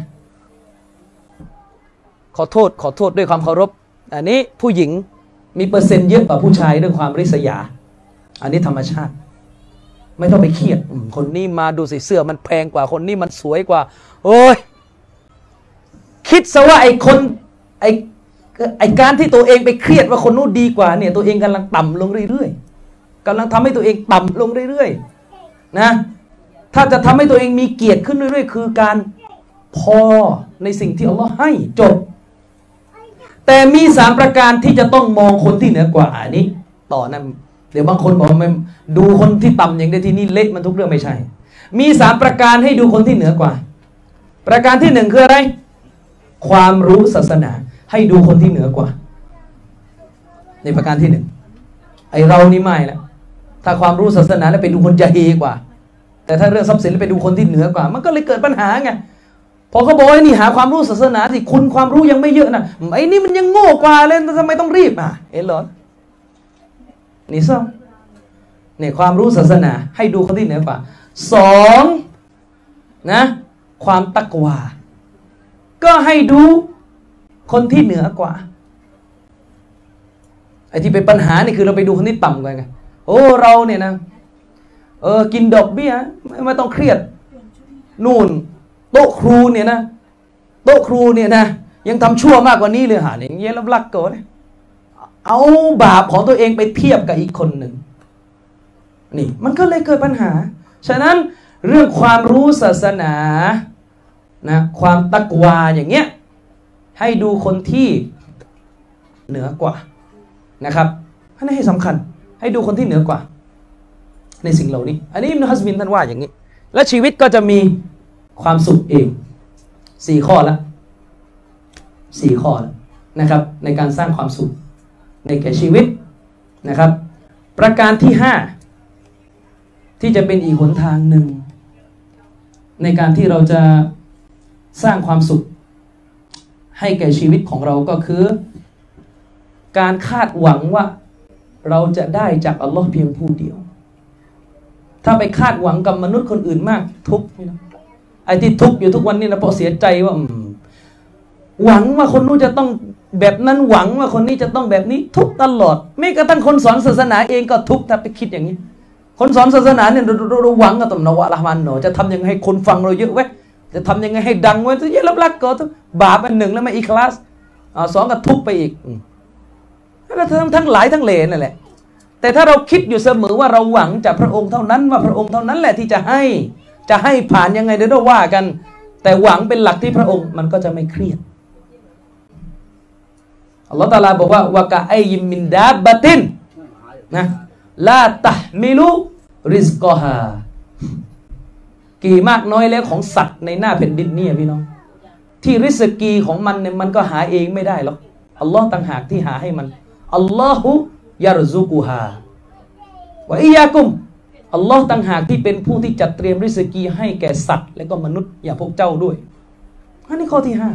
ขอโทษขอโทษด้วยความเคารพอันนี้ผู้หญิงมีเปอร์เซ็นต์เยอะกว่าผู้ชายเรื่องความริษยาอันนี้ธรรมชาติไม่ต้องไปเครียดคนนี้มาดูสิเสื้อมันแพงกว่าคนนี้มันสวยกว่าโอ้ยคิดซะว่าไอ้คนไอ้ไอ้การที่ตัวเองไปเครียดว่าคนนู้นดีกว่าเนี่ยตัวเองกำลังต่ำลงเรื่อยๆกำลังทำให้ตัวเองต่ำลงเรื่อยๆนะถ้าจะทำให้ตัวเองมีเกียรติขึ้นเรื่อยๆคือการพอในสิ่งที่อัลลอฮ์ให้จบแต่มีสามประการที่จะต้องมองคนที่เหนือกว่าอันนี้ต่อนะเดี๋ยวบางคนบอกว่าดูคนที่ต่ำอย่างเดียวที่นี่เละมันทุกเรื่องไม่ใช่มีสามประการให้ดูคนที่เหนือกว่าประการที่หนึ่งคืออะไรความรู้ศาสนาให้ดูคนที่เหนือกว่าในประการที่หนึ่งไอเรานี่ไม่แล้วถ้าความรู้ศาสนาแล้วไปดูคนจะเฮกว่าแต่ถ้าเรื่องทรัพย์สินแล้วไปดูคนที่เหนือกว่ามันก็เลยเกิดปัญหาไงพอเขาบอกว่านี่หาความรู้ศาสนาสิคุณความรู้ยังไม่เยอะนะไอ้นี่มันยังโง่กว่าเลยทำไมต้องรีบอ่ะเห็นหรอนี่ซ้ำเนี่ยความรู้ศาสนาให้ดูคนที่เหนือกว่าสองนะความตักวาก็ให้ดูคนที่เหนือกว่าไอ้ที่เป็นปัญหานี่คือเราไปดูคนที่ต่ำกว่าไงโอ้เราเนี่ยนะเออกินดอกเบี้ยไม่ไม่ต้องเครียดนู่นโต๊ะครูเนี่ยนะโต๊ะครูเนี่ยนะยังทำชั่วมากกว่านี้เลยหาอย่างเงี้ยแล้วลักเกินเอาบาปของตัวเองไปเทียบกับอีกคนหนึ่งนี่มันก็เลยเกิดปัญหาฉะนั้นเรื่องความรู้ศาสนานะความตักวาอย่างเงี้ยให้ดูคนที่เหนือกว่านะครับอันนี้ให้สำคัญให้ดูคนที่เหนือกว่าในสิ่งเหล่านี้อันนี้อิบนุฮัซมินท่านว่าอย่างนี้และชีวิตก็จะมีความสุขเองสี่ข้อละสี่ข้อนะครับในการสร้างความสุขในแก่ชีวิตนะครับประการที่ห้าที่จะเป็นอีกหนทางหนึ่งในการที่เราจะสร้างความสุขให้แก่ชีวิตของเราก็คือการคาดหวังว่าเราจะได้จากอัลลอฮ์เพียงผู้เดียวถ้าไปคาดหวังกับมนุษย์คนอื่นมากทุกข์นะไอ้ที่ทุกข์อยู่ทุกวันนี้นะเพราะเสียใจว่าหวังว่าคนนู้นจะต้องแบบนั้นหวังว่าคนนี้จะต้องแบบนี้ทุกตลอดไม่กระทั่งคนสอนศาสนาเองก็ทุกถ้าไปคิดอย่างนี้คนสอนศาสนาเนี่ยเราหวังกับตำนาวะละมันเนาะจะทำยังไงให้คนฟังเราเยอะไว้จะทำยังไงให้ดังไว้จะเยอะลับลักก็บาปอันหนึ่งแล้วไม่อีคลาสอ่าสองก็ทุกไปอีกแล้วทั้งทั้งหลายทั้งเลนนั่นแหละแต่ถ้าเราคิดอยู่เสมอว่าเราหวังจากพระองค์เท่านั้นว่าพระองค์เท่านั้นแหละที่จะให้จะให้ผ่านยังไงเดี๋ยวเราว่ากันแต่หวังเป็นหลักที่พระองค์มันก็จะไม่เครียดอัลลอฮฺตะอาลาบอกว่าวะกะไอยิมมินดาบะตินนะลาตะมิลุริซกอฮากี่มากน้อยแล้วของสัตว์ในหน้าแผ่นดินนี่พี่น้องที่ริสกีของมันเนี่ยมันก็หาเองไม่ได้หรอกอัลลอฮ์ต่างหากที่หาให้มันอัลลอฮุยารซุกุฮาวะอิยากุมอัลลอฮ์ต่างหากที่เป็นผู้ที่จัดเตรียมริสกีให้แก่สัตว์และก็มนุษย์อย่างพวกเจ้าด้วยอันนี้ข้อที่ห้า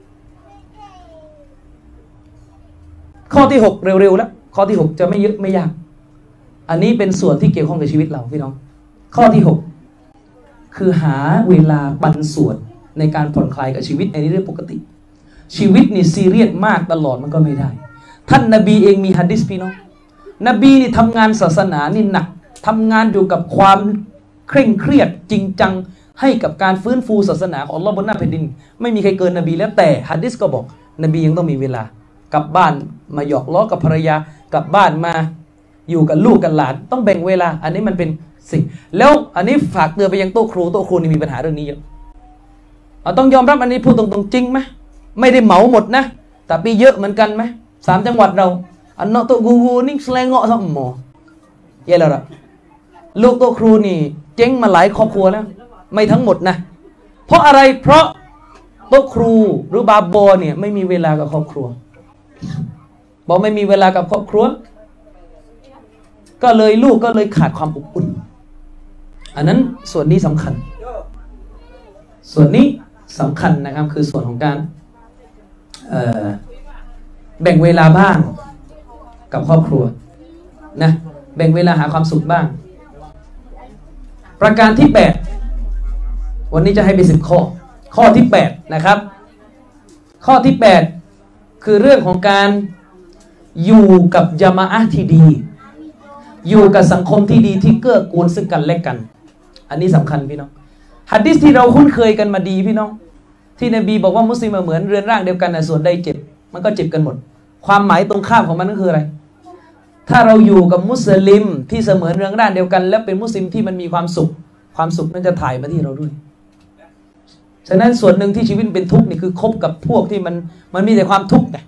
ข้อที่หกเร็วๆแล้วข้อที่หกจะไม่เยอะไม่ยากอันนี้เป็นส่วนที่เกี่ยวข้องกับชีวิตเราพี่น้องข้อที่หกคือหาเวลาปันส่วนในการผ่อนคลายกับชีวิตในเรื่องปกติชีวิตนี่ซีเรียสมากตลอดมันก็ไม่ได้ท่านนบีเองมีหะดีษพี่น้องนบีนี่ทำงานศาสนานี่หนักทำงานอยู่กับความเคร่งเครียดจริงจังให้กับการฟื้นฟูศาสนาของอัลลอฮ์บนหน้าแผ่นดินไม่มีใครเกินนบีแล้วแต่หะดีษก็บอกนบียังต้องมีเวลากลับบ้านมาหยอกล้อกับภรรยากลับบ้านมาอยู่กับลูกกับหลานต้องแบ่งเวลาอันนี้มันเป็นสิ่งแล้วอันนี้ฝากเตือนไปยังโต๊ะครูโต๊ะครูนี่มีปัญหาเรื่องนี้เยอะเราต้องยอมรับอันนี้พูดตรงๆจริงไหมไม่ได้เหมาหมดนะแต่ปีเยอะเหมือนกันไหมสามจังหวัดเราอันเนาะโต๊ะกูกูนี่แสลงเงาะสมหมอเยอะแล้วละลูกโต๊ะครูนี่เจ๊งมาหลายครอบครัวแล้วไม่ทั้งหมดนะเพราะอะไรเพราะโต๊ะครูหรือบาบอเนี่ยไม่มีเวลากับครอบครัวบอกไม่มีเวลากับครอบครัวก็เลยลูกก็เลยขาดความอบอุ่นอันนั้นส่วนนี้สำคัญส่วนนี้สำคัญนะครับคือส่วนของการเอ่อแบ่งเวลาบ้างกับครอบครัวนะแบ่งเวลาหาความสุขบ้างประการที่แปดวันนี้จะให้ไปสิบข้อข้อที่แปดนะครับข้อที่แปดคือเรื่องของการอยู่กับญะมาอะห์ที่ดีอยู่กับสังคมที่ดีที่เกื้อกูลซึ่งกันและกันอันนี้สำคัญพี่น้องหะดีษที่เราคุ้นเคยกันมาดีพี่น้องที่นบีบอกว่ามุสลิมเหมือนเรือนร่างเดียวกันนะส่วนใดเจ็บมันก็เจ็บกันหมดความหมายตรงข้ามของมันก็คืออะไรถ้าเราอยู่กับมุสลิมที่เสมือนเรือนร่างเดียวกันและเป็นมุสลิมที่มันมีความสุขความสุขนั้นจะถ่ายมาที่เราด้วยฉะนั้นส่วนหนึ่งที่ชีวิตเป็นทุกข์นี่คือคบกับพวกที่มันมันมีแต่ความทุกข์ไง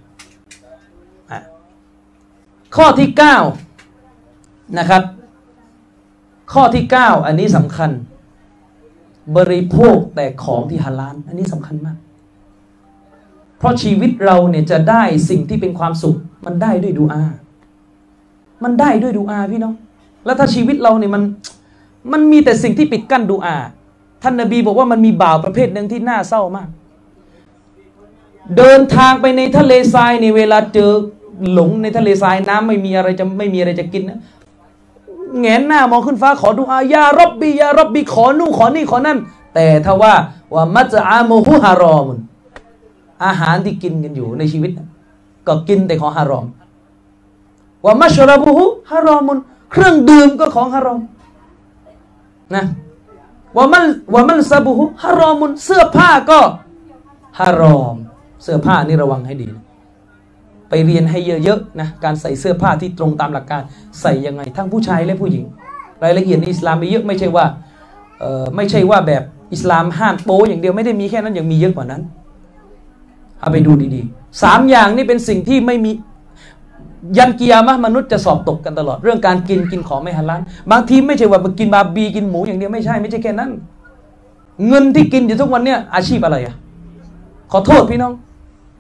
ข้อที่เก้านะครับข้อที่เก้าอันนี้สำคัญบริโภคแต่ของที่ฮาลาลอันนี้สำคัญมากเพราะชีวิตเราเนี่ยจะได้สิ่งที่เป็นความสุขมันได้ด้วยดุอามันได้ด้วยดุอาพี่น้องแล้วถ้าชีวิตเราเนี่ยมันมันมีแต่สิ่งที่ปิดกั้นดุอาท่านนบีบอกว่ามันมีบ่าวประเภทหนึ่งที่น่าเศร้ามากเดินทางไปในทะเลทรายในเวลาเจอหลงในทะเลทรายน้ำไม่มีอะไรจะไม่มีอะไรจะกินนะแงนหน้ามองขึ้นฟ้าขอดุอายาร็อบบียาร็อบบีขอนู่นขอนี่ขอนั่นแต่ถ้าว่าว่ามัจอาโมฮุฮารอมุนอาหารที่กินกันอยู่ในชีวิตก็กินแต่ของฮารอมว่ามัชรบุฮุฮารอมุนเครื่องดื่มก็ของฮารอมนะว่ามันว่ามันซาบุฮุฮารอมุนเสื้อผ้าก็ฮารอมเสื้อผ้านี่ระวังให้ดีไปเรียนให้เยอะๆนะการใส่เสื้อผ้าที่ตรงตามหลักการใส่ยังไงทั้งผู้ชายและผู้หญิงรายละเอียดในอิสลามมีเยอะไม่ใช่ว่าเอ่อไม่ใช่ว่าแบบอิสลามห้ามโป๊อย่างเดียวไม่ได้มีแค่นั้นยังมีเยอะกว่านั้นเอาไปดูดีๆสามอย่างนี่เป็นสิ่งที่ไม่มียันกิยามะห์มนุษย์จะสอบตกกันตลอดเรื่องการกินกินของไม่ฮาลาลบางทีไม่ใช่ว่ามากินบาร์บีกินหมูอย่างเดียวไม่ใช่ไม่ใช่แค่นั้นเงินที่กินอยู่ทุกวันเนี่ยอาชีพอะไรอะขอโทษพี่น้อง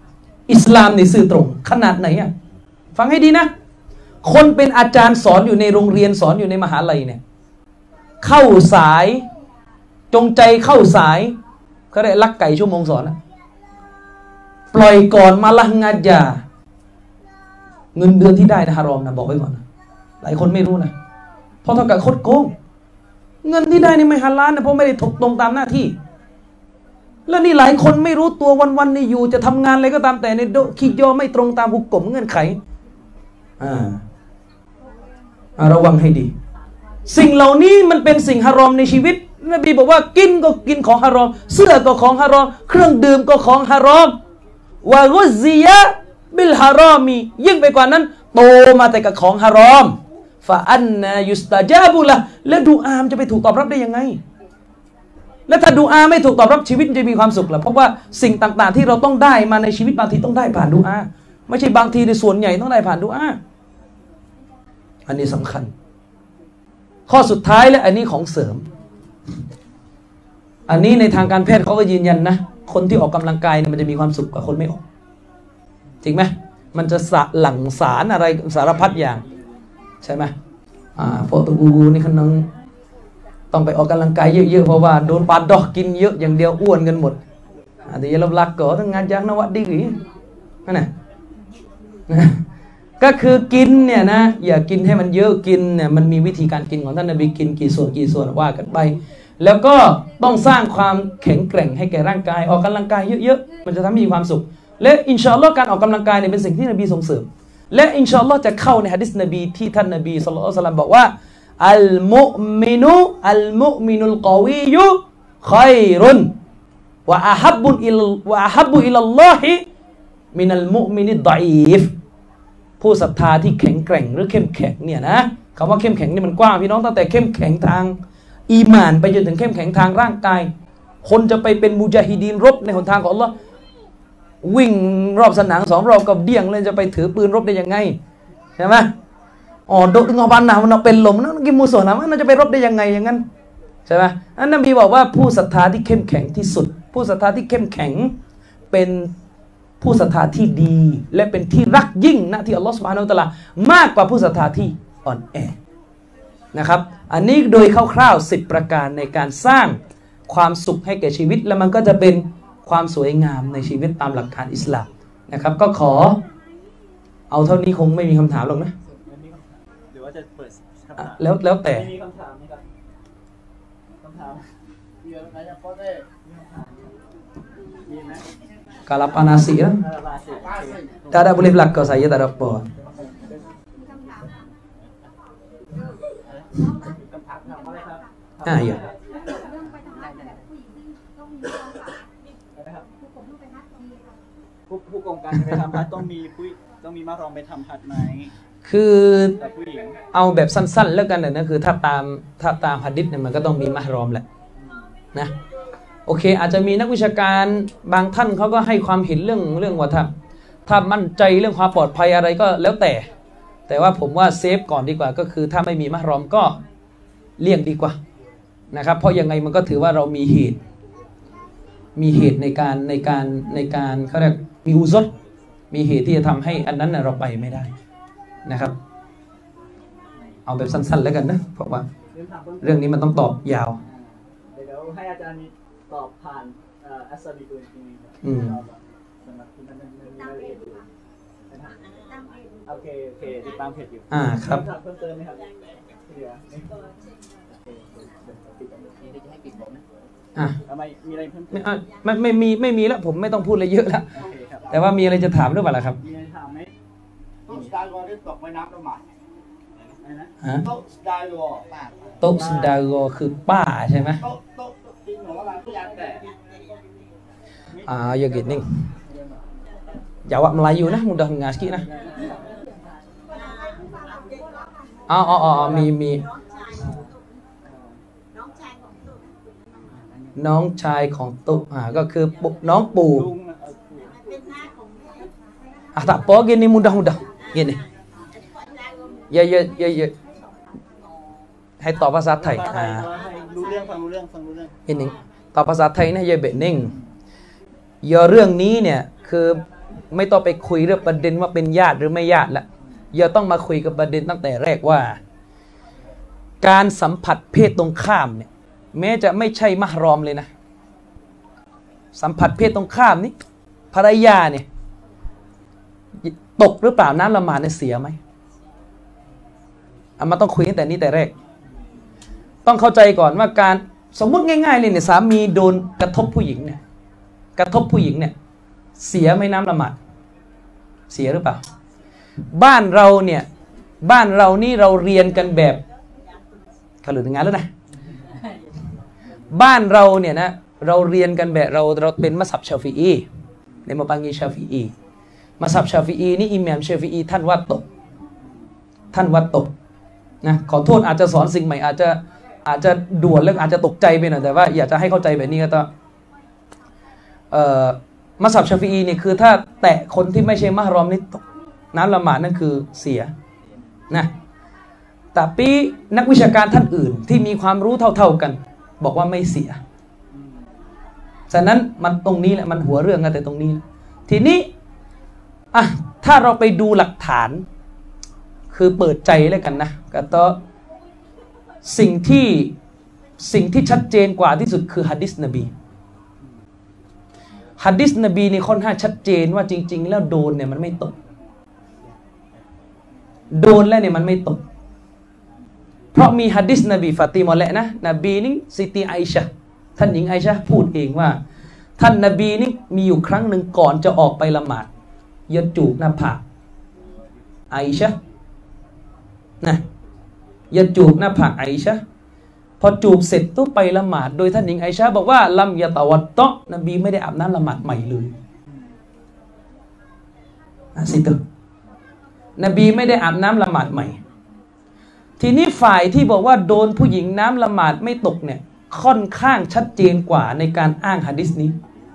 อิสลามในสื่อตรงขนาดไหนอ่ะฟังให้ดีนะคนเป็นอาจารย์สอนอยู่ในโรงเรียนสอนอยู่ในมหาลัยเนี่ยเข้าสายจงใจเข้าสายเขาเรียกลักไก่ชั่วโมงสอนนะปล่อยก่อนมาละงาจาเงินเดือนที่ได้นะฮารอมนะบอกไว้ก่อนนะหลายคนไม่รู้นะเพราะเท่ากับโคตรโกงเงินที่ได้นี่ไม่ฮาลาลนะเพราะไม่ได้ถูกตรงตามหน้าที่แล้วนี่หลายคนไม่รู้ตัววันๆนี่อยู่จะทำงานอะไรก็ตามแต่ในโดคิดย่อไม่ตรงตามหุกกลมเงื่อนไขอ่าระวังให้ดีสิ่งเหล่านี้มันเป็นสิ่งฮารอมในชีวิตนบีบอกว่ากินก็กินของฮารอมเสื้อก็ของฮารอมเครื่องดื่มก็ของฮารอมวะกุซิยะบิลฮารอมียิ่งไปกว่านั้นโตมาแต่กับของฮารอมฟะอันนายุสตาจาบุละแล้วดูอามจะไปถูกตอบรับได้ยังไงแล้วถ้าดูอาไม่ถูกตอบรับชีวิตจะมีความสุขหรือเพราะว่าสิ่งต่างๆที่เราต้องได้มาในชีวิตบางทีต้องได้ผ่านดูอาไม่ใช่บางทีในส่วนใหญ่ต้องได้ผ่านดูอาอันนี้สำคัญข้อสุดท้ายและอันนี้ของเสริมอันนี้ในทางการแพทย์เขาก็ยืนยันนะคนที่ออกกำลังกายเนี่ยมันจะมีความสุขกว่าคนไม่ออกจริงไหมมันจะสะหลั่งสารอะไรสารพัดอย่างใช่ไหมอ่าพวกตัวกูกูนี่เขาน้องต้องไปออกกำลังกายเยอะๆเพราะว่าโดนปาดดอกกินเยอะอย่างเดียวอ้วนกันหมดแต่ยาลบลักก็ทั้งงานยักษ์นวัดดีหรือนั่นน่ะก็คือกินเนี่ยนะอย่ากินให้มันเยอะกินเนี่ยมันมีวิธีการกินของท่านนบีกินกี่ส่วนกี่ส่วนว่ากันไปแล้วก็ต้องสร้างความแข็งแกร่งให้แก่ร่างกายออกกำลังกายเยอะๆมันจะทำให้มีความสุขและอินชาอัลลอฮ์การออกกำลังกายเนี่ยเป็นสิ่งที่นบีส่งเสริมและอินชาอัลลอฮ์จะเข้าในหะดีษนบีที่ท่านนบีศ็อลลัลลอฮุอะลัยฮิวะซัลลัมบอกว่าอัลมุมินุอัลมุมินุลกอวียุขัยรุนวะอะฮับบุอิลวะอะฮับบุอิลัลลอฮิมินัลมุมินิดฎออีฟผู้ศรัทธาที่แข็งแกร่งหรือเข้มแข็งเนี่ยนะคำว่าเข้มแข็งนี่มันกว้างพี่น้องตั้งแต่เข้มแข็งทางอีหม่านไปจนถึงเข้มแข็งทางร่างกายคนจะไปเป็นมุญาฮิดีนรบในหนทางของอัลลอฮ์วิ่งรอบสนามสองรอบกับเดี่ยงเลยจะไปถือปืนรบได้ยังไงใช่ไหมอ๋อโดนงอบันหนาวมันเป็นลมนั่นกินมูโซนะมันจะไปรบได้ยังไงอย่างนั้นใช่ไหมอันนั้นนบีบอกว่าผู้ศรัทธาที่เข้มแข็งที่สุดผู้ศรัทธาที่เข้มแข็งเป็นผู้ศรัทธาที่ดีและเป็นที่รักยิ่งนะที่อัลลอฮฺซุบฮานะฮูวะตะอาลามากกว่าผู้ศรัทธาที่อ่อนแอนะครับอันนี้โดยคร่าวๆสิบประการในการสร้างความสุขให้แก่ชีวิตแล้วมันก็จะเป็นความสวยงามในชีวิตตามหลักฐานอิสลามนะครับก็ขอเอาเท่านี้คงไม่มีคำถามหรอกนะ
หรือว่าจะเปิด
แล้วแล้วแต่
มีคำถามไหมครับคำถามมีอะไรจะพูดได้มีไหม
kalau panasi kan tak ada boleh belakang saya tak ada apa ah iya
ผู้กองการไปทำฮัทต้องมีผู้ต้องมีมารองไปทำฮัทไหม
คือเอาแบบสั้นๆแล้วกันนะคือถ้าตามถ้าตามหะดีษเนี่ยมันก็ต้องมีมะฮรอมแหละนะโอเคอาจจะมีนักวิชาการบางท่านเขาก็ให้ความเห็นเรื่องเรื่องว่าถ้าถ้ามั่นใจเรื่องความปลอดภัยอะไรก็แล้วแต่แต่ว่าผมว่าเซฟก่อนดีกว่าก็คือถ้าไม่มีมะฮรอมก็เลี่ยงดีกว่านะครับเพราะยังไงมันก็ถือว่าเรามีเหตุมีเหตุในการในการในการเขาเรียกมีอุซรมีเหตุที่จะทำให้อันนั้นเราไปไม่ได้นะครับเอาแบบสั้นๆแล้วกันนะเพราะว่าเรื่องนี้มันต้องตอบยาว
เดี๋ยวให้อาจารย์ตอบผ่านอัสซาบีตัวจริงๆ
อืม
สำหรับที่มันมีรายละเอียดอยู่โอเคโอเคติดตามเพจอยู่
อ่าครับ
เพิ่มเติมไหมครับที่เหลือ
อ่ะ
ทำไมมีอะไรเพิ่มเติม
ไม่ไม่มีไม่มีแล้วผมไม่ต้องพูดอะไรเยอะแล้วแต่ว่ามีอะไรจะถามหรือเปล่าล่ะครับ
มีอะไรถามไหม
โต๊ะสดายอได้ตกไว้น้ำละหมาด
อะไรนะ
โต๊ะสดายอ
โต๊ะสดายอคือป้าใช่ไหม
โต๊ะโต๊ะจริงของอะไรทุกอย่างแต่
อ่าya gini jawab Melayu nah mudah ngaski nah oh oh oh มีมีน้องชายของตุ๊อ่าก็คือน้องปู่อ่ะtak apa gini mudah-mudah gini ya ya ya ya ให้ตอบภาษาไทยอ่า
รู้เรื่องฟังรู้เรื่องฟังรู้เรื่อง
iniตอบภาษาไทยนะยายเบะนิ่งยอเรื่องนี้เนี่ยคือไม่ต้องไปคุยเรื่องประเด็นว่าเป็นญาติหรือไม่ญาติละอย่าต้องมาคุยกับประเด็นตั้งแต่แรกว่าการสัมผัสเพศตรงข้ามเนี่ยแม้จะไม่ใช่มะฮ์รอมเลยนะสัมผัสเพศตรงข้ามนี่ภรรยาเนี่ยตกหรือเปล่าน้ำละหมาดเนี่ยเสียไหมเอามาต้องคุยตั้งแต่นี้แต่แรกต้องเข้าใจก่อนว่าการสมมุติง่ายๆเลยเนี่ยสามีโดนกระทบผู้หญิงเนี่ยกระทบผู้หญิงเนี่ยเสียไหมน้ำละหมาดเสียหรือเปล่าบ้านเราเนี่ยบ้านเรานี่เราเรียนกันแบบขลุ่นงานแล้วนะบ้านเราเนี่ยนะเราเรียนกันแบบเราเราเป็นมัซฮับชาฟิอีในมาปังกีชาฟิอีมัซฮับชาฟิอีนี่อิหม่ามชาฟิอีท่านว่าตกท่านว่าตกนะขอโทษอาจจะสอนสิ่งใหม่อาจจะอาจจะด่วนแล้วอาจจะตกใจไปหน่อยแต่ว่าอยากจะให้เข้าใจแบบนี้ก็ต้องเอ่อมัซฮับชาฟิอีนี่คือถ้าแตะคนที่ไม่ใช่มะฮ์รอมนี่ตกน้ำละหมาดนั่นคือเสียนะแต่ปีนักวิชาการท่านอื่นที่มีความรู้เท่าๆกันบอกว่าไม่เสียฉะนั้นมันตรงนี้แหละมันหัวเรื่องกันแต่ตรงนี้ทีนี้อ่ะถ้าเราไปดูหลักฐานคือเปิดใจแล้วกันนะก็ต้องสิ่งที่สิ่งที่ชัดเจนกว่าที่สุดคือหะดีษนบีหะดีษนบีนี่ค่อนข้างชัดเจนว่าจริงๆแล้วโดนเนี่ยมันไม่ตกโดนแล้วเนี่ยมันไม่ตกเพราะมีหะดีษนบีฟาติมาแหละนะนบีนี่ซิตีไอชะท่านหญิงไอชะพูดเองว่าท่านนบีนี่มีอยู่ครั้งหนึ่งก่อนจะออกไปละหมาดยันจูบหน้าผากไอชะนะยันจูบหน้าผากไอชะพอจูบเสร็จต้องไปละหมาดโดยท่านหญิงไอชะบอกว่าลัมยะตะวัตตะนบีไม่ได้อาบน้ำละหมาดใหม่เลยสิตนบีไม่ได้อาบน้ำละหมาดใหม่ทีนี้ฝ่ายที่บอกว่าโดนผู้หญิงน้ำละหมาดไม่ตกเนี่ยค่อนข้างชัดเจนกว่าในการอ้างหะดีษนี้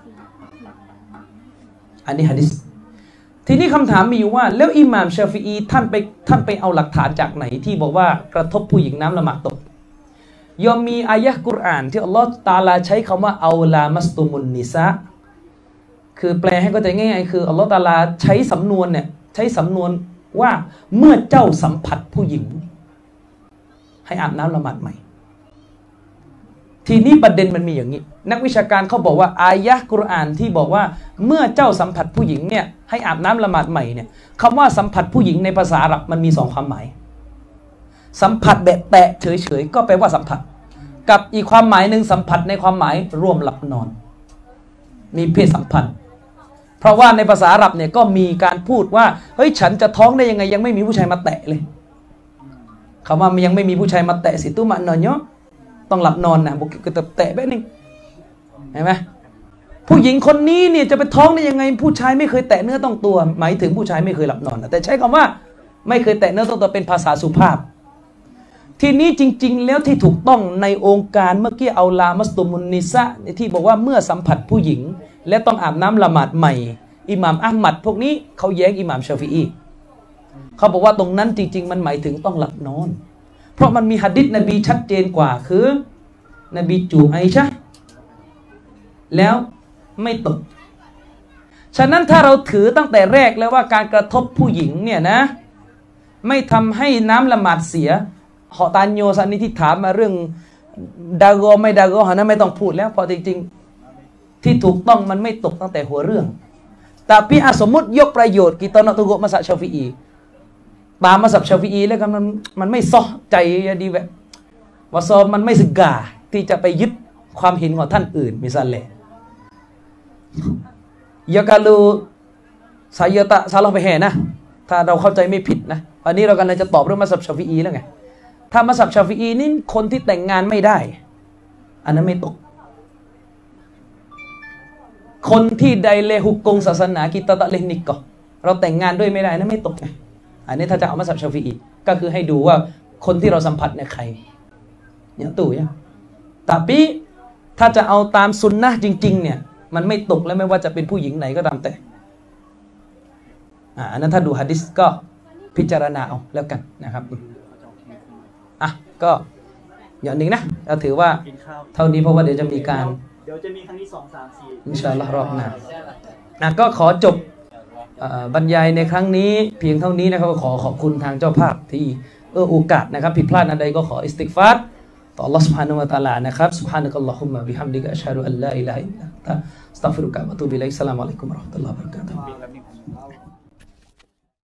อันนี้หะดีษทีนี้คำถามมีอยู่ว่าแล้วอิหม่ามชาฟิอีท่านไปท่านไปเอาหลักฐานจากไหนที่บอกว่ากระทบผู้หญิงน้ำละหมาดตกยอมมีอายะห์กุรอานที่อัลลอฮฺตะอาลาใช้คำว่าเอาลามัสตุมุนนิซะคือแปลให้เข้าใจง่ายๆคืออัลลอฮฺตะอาลาใช้สำนวนเนี่ยใช้สำนวนว่าเมื่อเจ้าสัมผัสผู้หญิงให้อาบน้ำละหมาดใหม่ทีนี้ประเด็นมันมีอย่างนี้นักวิชาการเขาบอกว่าอายะห์กุรอานที่บอกว่าเมื่อเจ้าสัมผัสผู้หญิงเนี่ยให้อาบน้ำละหมาดใหม่เนี่ยคำว่าสัมผัสผู้หญิงในภาษาอาหรับมันมีสองความหมายสัมผัสแบบแตะเฉยๆก็แปลว่าสัมผัสกับอีกความหมายหนึ่งสัมผัสในความหมายร่วมหลับนอนมีเพศสัมพันธ์เพราะว่าในภาษาอาหรับเนี่ยก็มีการพูดว่าเฮ้ยฉันจะท้องได้ยังไงยังไม่มีผู้ชายมาแตะเลยคำว่ายังไม่มีผู้ชายมาแตะสิตุมะนอนเนาะต้องหลับนอนนะบุกกระแตะแบบนึงเห็นไหมผู้หญิงคนนี้เนี่ยจะไปท้องได้ยังไงผู้ชายไม่เคยแตะเนื้อต้องตัวหมายถึงผู้ชายไม่เคยหลับนอนแต่ใช้คำว่าไม่เคยแตะเนื้อต้องตัวเป็นภาษาสุภาพทีนี้จริงๆแล้วที่ถูกต้องในองค์การเมื่อกี้เอาลามัสตุมุนนิซะที่บอกว่าเมื่อสัมผัสผู้หญิงและต้องอาบน้ำละหมาดใหม่อิหม่ามอะห์มัดพวกนี้เขาแย้งอิหม่ามชาฟิอีเขาบอกว่าตรงนั้นจริงๆมันหมายถึงต้องหลับนอนเพราะมันมีหะดีษนบีชัดเจนกว่าคือนบีจูบไอชะแล้วไม่ตกฉะนั้นถ้าเราถือตั้งแต่แรกแล้วว่าการกระทบผู้หญิงเนี่ยนะไม่ทำให้น้ำละหมาดเสียหอตานโยสันนิที่ถามมาเรื่องดาโกไม่ดาโกหานะไม่ต้องพูดแล้วเพราะจริงๆที่ถูกต้องมันไม่ตกตั้งแต่หัวเรื่องแต่พี่สมมติยกประโยชน์กิตอนตุโกมัสชาฟิอีตามมัสฮับชาฟิอีแล้วกันมันมันไม่ซ้อใจดีแบบว่าซอมันไม่สกาที่จะไปยึดความเห็นของท่านอื่นมิซัลเลยากาลูสายตะซาลอไปแห่นะถ้าเราเข้าใจไม่ผิดนะอันนี้เรากำลังจะตอบเรื่องมัสฮับชาฟิอีแล้วไงถ้ามัสฮับชาฟิอีนี่คนที่แต่งงานไม่ได้อันนั้นไม่ตกคนที่ใดเลหุกงศาสนากิตตะเลนิกก็เราแต่งงานด้วยไม่ได้นั้นไม่ตกไงอันนี้ถ้าจะเอามัสฮับชาฟิอีก็คือให้ดูว่าคนที่เราสัมผัสเนี่ยใครเนี่ยตู่ยังแต่ปีถ้าจะเอาตามซุนนะห์จริงๆเนี่ยมันไม่ตกแล้วไม่ว่าจะเป็นผู้หญิงไหนก็ตามแต่อ่าอันนั้นถ้าดูหะดีษก็พิจารณาเอาแล้วกันนะครับอ่ะก็อย่างหนึ่งนะเราถือว่าเท่านี้เพราะว่าเดี๋ยวจะมีการ
เดี๋ยวจะมีครั้งที่สองสามสี่
อินชาอัลลอฮ์รอบหน้านะก็ขอจบบรรยายในครั้งนี้เพียงเท่านี้นะครับขอขอบคุณทางเจ้าภาพที่เอื้อโอกาสนะครับผิดพลาดอันใดก็ขออิสติฆฟารต่อ Allah سبحانه และ تعالى นะครับ Subhanakallahumma bihamdika asyhadu an la ilaha illa anta astaghfiruka wa atubu ilaik. Assalamualaikum warahmatullahi wabarakatuh.